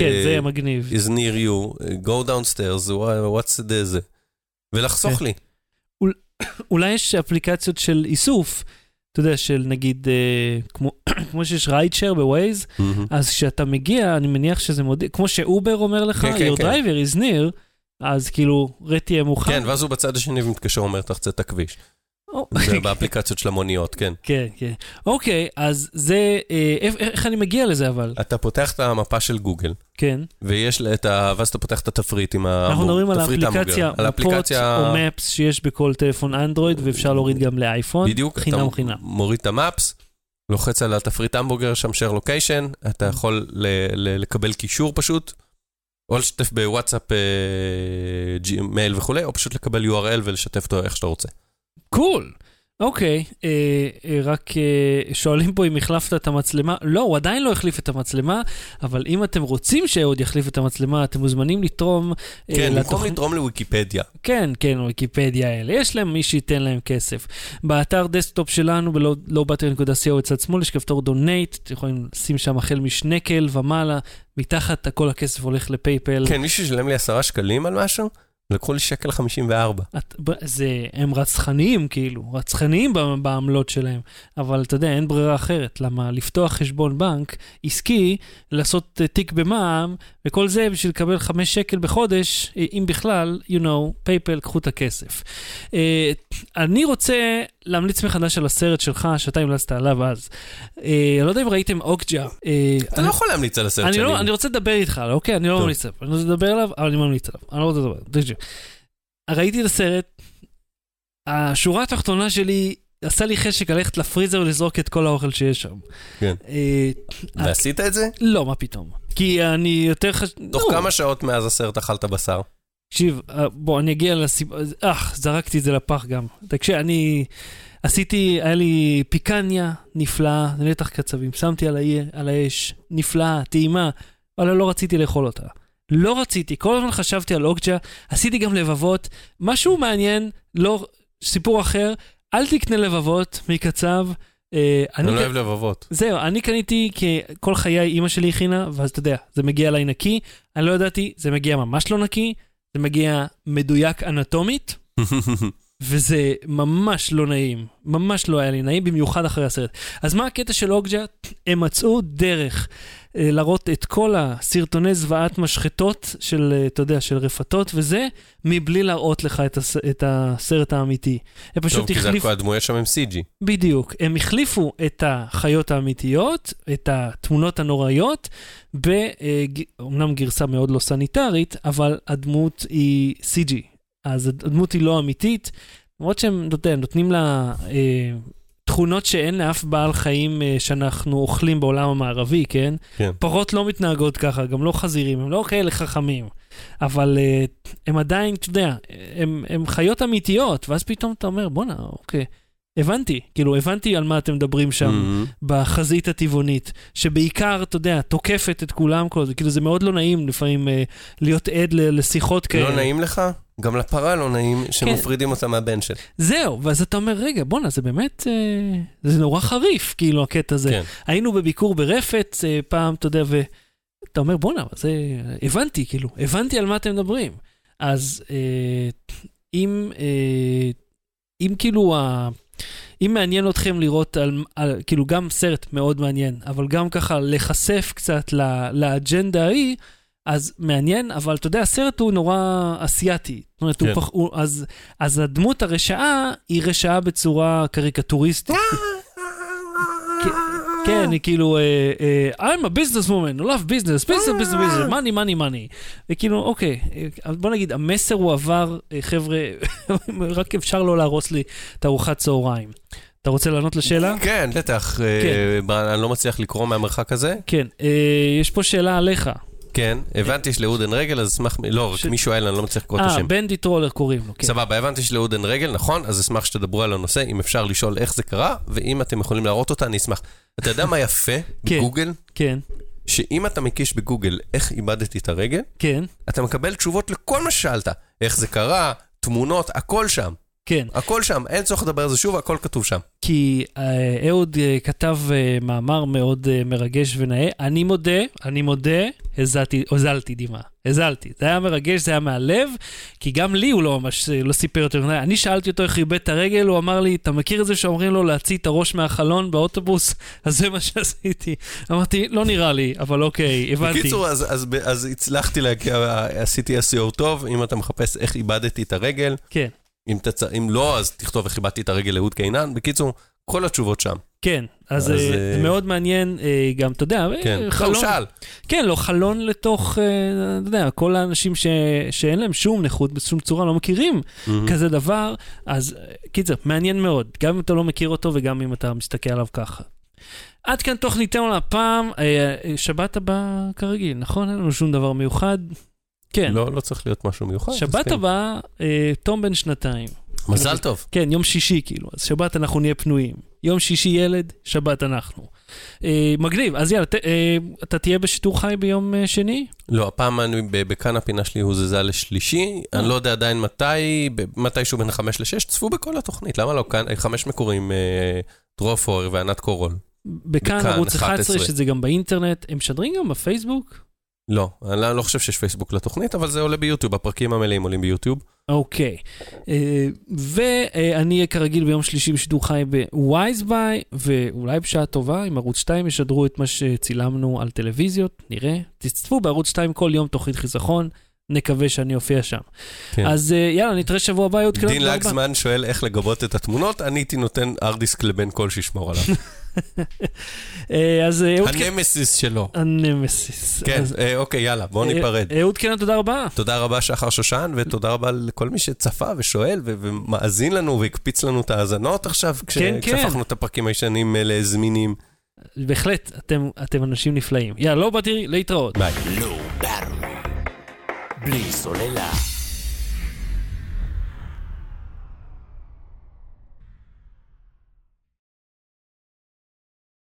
is near you, go downstairs, what's the... ולחסוך לי. אולי יש אפליקציות של איסוף, אתה יודע, של נגיד, כמו, כמו שיש ריידשר בווייז, אז כשאתה מגיע, אני מניח שזה מודיע, כמו שאובר אומר לך, your driver is near, אז כאילו, רטי יהיה מוכן. כן, ואז הוא בצד השני ומתקשר, אומר, תחצה את הכביש. זה באפליקציות של המוניות, כן. כן, כן. אוקיי, אז זה, איך אני מגיע לזה אבל? אתה פותח את המפה של גוגל. כן. ויש את ה... ואז אתה פותח את התפריט עם ה... אנחנו מדברים על האפליקציה, מפות או מפס שיש בכל טלפון אנדרואיד, ואפשר להוריד גם לאייפון. בדיוק. חינם חינם. מוריד את המפס, לוחץ על התפריט המבורגר, שם share location, אתה יכול לקבל קישור פשוט, או לשתף בוואטסאפ, מייל וכו', או פשוט לקבל יו אר אל ולשתף אותו איך שאתה רוצה. קול. אוקיי, רק שואלים פה אם החלפת את המצלמה. לא, הוא עדיין לא החליף את המצלמה, אבל אם אתם רוצים שעוד יחליף את המצלמה, אתם מוזמנים לתרום... כן, במקום לתרום לוויקיפדיה. כן, כן, וויקיפדיה האלה. יש להם מי שייתן להם כסף. באתר דסקטופ שלנו, ב-low battery דוט co בצד שמאל, יש כפתור דונייט, אתם יכולים לשים שם החל משנקל ומעלה, מתחת כל הכסף הולך לפייפל. כן, מישהו שלם לי עשרה שקלים על משהו? לקחו לי שקל חמישים וארבע. זה, הם רצחניים כאילו, רצחניים בעמלות שלהם, אבל אתה יודע, אין ברירה אחרת, למה לפתוח חשבון בנק עסקי, לעשות תיק במע"מ, וכל זה בשביל לקבל חמש שקל בחודש, אם בכלל, you know, פייפל, קחו את הכסף. אני רוצה להמליץ מחדש על הסרט שלך, שאתה המלצת עליו אז. אני לא יודע אם ראיתם אוקג'ה. אתה לא יכול להמליץ על הסרט שלי. אני רוצה לדבר איתך, אוקיי? אני לא ממליץ עליו. אני רוצה לדבר עליו, אבל אני ממליץ עליו. אני לא רוצה לדבר. ראיתי את הסרט, השורה התחתונה שלי עשה לי חשק ללכת לפריזר ולזרוק את כל האוכל שיש שם. כן. ועשית את זה? לא, מה פתאום. כי אני יותר חשק... תוך כמה שעות מאז הסרט אכלת בשר? תקשיב, בוא, אני אגיע לסיבה... אך, זרקתי את זה לפח גם. תקשיב, אני... עשיתי, היה לי פיקניה נפלאה, נתח קצבים, שמתי על, האי, על האש, נפלאה, טעימה, אבל לא רציתי לאכול אותה. לא רציתי, כל הזמן חשבתי על אוקג'ה, עשיתי גם לבבות, משהו מעניין, לא, סיפור אחר, אל תקנה לבבות מקצב. אה, אני לא ק... אוהב לבבות. זהו, אני קניתי כי כל חיי אמא שלי הכינה, ואז אתה יודע, זה מגיע אליי נקי, אני לא ידעתי, זה מגיע ממש לא נקי, זה מגיע מדויק אנטומית, וזה ממש לא נעים, ממש לא היה לי נעים, במיוחד אחרי הסרט. אז מה הקטע של אוקג'ה? הם מצאו דרך אה, להראות את כל הסרטוני זוועת משחטות של, אתה יודע, של רפתות וזה, מבלי להראות לך את, הס, את הסרט האמיתי. הם פשוט טוב, החליפ... כי זה הדמויות שם עם סי ג'י. בדיוק. הם החליפו את החיות האמיתיות, את התמונות הנוראיות, באומנם גרסה מאוד לא סניטרית, אבל הדמות היא סי ג'י. אז הדמות היא לא אמיתית, למרות שהם נותן, נותנים לה אה, תכונות שאין לאף בעל חיים אה, שאנחנו אוכלים בעולם המערבי, כן? כן. פרות לא מתנהגות ככה, גם לא חזירים, הם לא כאלה חכמים, אבל אה, הם עדיין, אתה יודע, הם, הם חיות אמיתיות, ואז פתאום אתה אומר, בוא נה, אוקיי, הבנתי, כאילו, הבנתי על מה אתם מדברים שם, mm-hmm. בחזית הטבעונית, שבעיקר, אתה יודע, תוקפת את כולם, כל זה, כאילו, זה מאוד לא נעים לפעמים אה, להיות עד לשיחות כאלה. לא נעים לך? גם לפרה לא נעים שמפרידים אותה מהבן של. זהו, ואז אתה אומר, רגע, בונה, זה באמת, זה נורא חריף, כאילו, הקטע הזה. היינו בביקור ברפת פעם, אתה יודע, ואתה אומר, בונה, זה, הבנתי, כאילו, הבנתי על מה אתם מדברים. אז אם, אם כאילו, אם מעניין אתכם לראות על, על, כאילו גם סרט מאוד מעניין, אבל גם ככה לחשף קצת לה, לאג'נדה ההיא, אז מעניין, אבל אתה יודע, הסרט הוא נורא אסיאטי. זאת אומרת, כן. הוא פח, הוא, אז, אז הדמות הרשעה היא רשעה בצורה קריקטוריסטית. כן, היא כאילו, I'm a business woman, I love business, business, business, business, money, money, money. וכאילו, אוקיי, בוא נגיד, המסר הוא עבר, חבר'ה, רק אפשר לא להרוס לי את ארוחת צהריים. אתה רוצה לענות לשאלה? כן, בטח. אני לא מצליח לקרוא מהמרחק הזה. כן, יש פה שאלה עליך. כן, הבנתי שלאודן רגל, אז אשמח, לא, רק מי שואל, אני לא מצליח לקרוא את השם. אה, בנדי טרולר קוראים לו, כן. סבבה, הבנתי שלאודן רגל, נכון, אז אשמח שתדברו על הנושא, אם אפשר לשאול איך זה קרה, ואם אתם יכולים להראות אותה, אני אשמח. אתה יודע מה יפה בגוגל? כן. שאם אתה מקיש בגוגל איך איבדתי את הרגל, כן. אתה מקבל תשובות לכל מה ששאלת. איך זה קרה, תמונות, הכל שם. כן. הכל שם, אין צורך לדבר על זה שוב, הכל כתוב שם. כי אה, אהוד אה, כתב אה, מאמר מאוד אה, מרגש ונאה. אני מודה, אני מודה, הזלתי, הזלתי דימה. הזלתי. זה היה מרגש, זה היה מהלב, כי גם לי הוא לא ממש, לא סיפר יותר. אני שאלתי אותו איך איבד את הרגל, הוא אמר לי, אתה מכיר את זה שאומרים לו להציא את הראש מהחלון באוטובוס? אז זה מה שעשיתי. אמרתי, לא נראה לי, אבל אוקיי, הבנתי. בקיצור, אז, אז, אז הצלחתי להגיע, עשיתי אס-אי-או טוב, אם אתה מחפש איך איבדתי את הרגל. כן. אם, תצ... אם לא, אז תכתוב איך איבדתי את הרגל לאהוד קינן. בקיצור, כל התשובות שם. כן, אז, אז זה uh... מאוד מעניין, uh, גם, אתה יודע, כן, חלון... שאל. כן, לא, חלון לתוך, uh, אתה יודע, כל האנשים ש... שאין להם שום נכות, בשום צורה, לא מכירים mm-hmm. כזה דבר, אז קיצר, מעניין מאוד, גם אם אתה לא מכיר אותו, וגם אם אתה מסתכל עליו ככה. עד כאן תוכניתנו לפעם, uh, שבת הבא כרגיל, נכון? אין לנו שום דבר מיוחד. כן. לא, לא צריך להיות משהו מיוחד. שבת הבאה, אה, תום בן שנתיים. מזל טוב. כן, יום שישי כאילו. אז שבת אנחנו נהיה פנויים. יום שישי ילד, שבת אנחנו. אה, מגניב. אז יאללה, ת, אה, אתה תהיה בשידור חי ביום אה, שני? לא, הפעם אני, בכאן הפינה שלי הוא זזה לשלישי. אה. אני לא יודע עדיין מתי, מתישהו בין חמש לשש, צפו בכל התוכנית. למה לא? כאן, חמש מקורים, אה, דרופור וענת קורול. בכאן ערוץ אחת עשרה, שזה גם באינטרנט. הם משדרים גם בפייסבוק? לא, אני לא חושב שיש פייסבוק לתוכנית, אבל זה עולה ביוטיוב, הפרקים המלאים עולים ביוטיוב. אוקיי, ואני אהיה כרגיל ביום שלישי בשידור חי בווייזביי, ואולי בשעה טובה, אם ערוץ שתיים ישדרו את מה שצילמנו על טלוויזיות, נראה, תצטפו בערוץ שתיים כל יום תוכנית חיסכון, נקווה שאני אופיע שם. כן. אז יאללה, נתראה שבוע הבא. דין לגזמן שואל איך לגבות את התמונות, אני הייתי נותן ארדיסק לבן כל שישמור עליו. אז הנמסיס שלו. הנמסיס. כן, אוקיי, יאללה, בואו ניפרד. אהוד קינן, תודה רבה. תודה רבה שחר שושן, ותודה רבה לכל מי שצפה ושואל ומאזין לנו והקפיץ לנו את האזנות עכשיו, כשהפכנו את הפרקים הישנים לזמינים. בהחלט, אתם אנשים נפלאים. יאללה, לא באתי להתראות. ביי. בלי סוללה.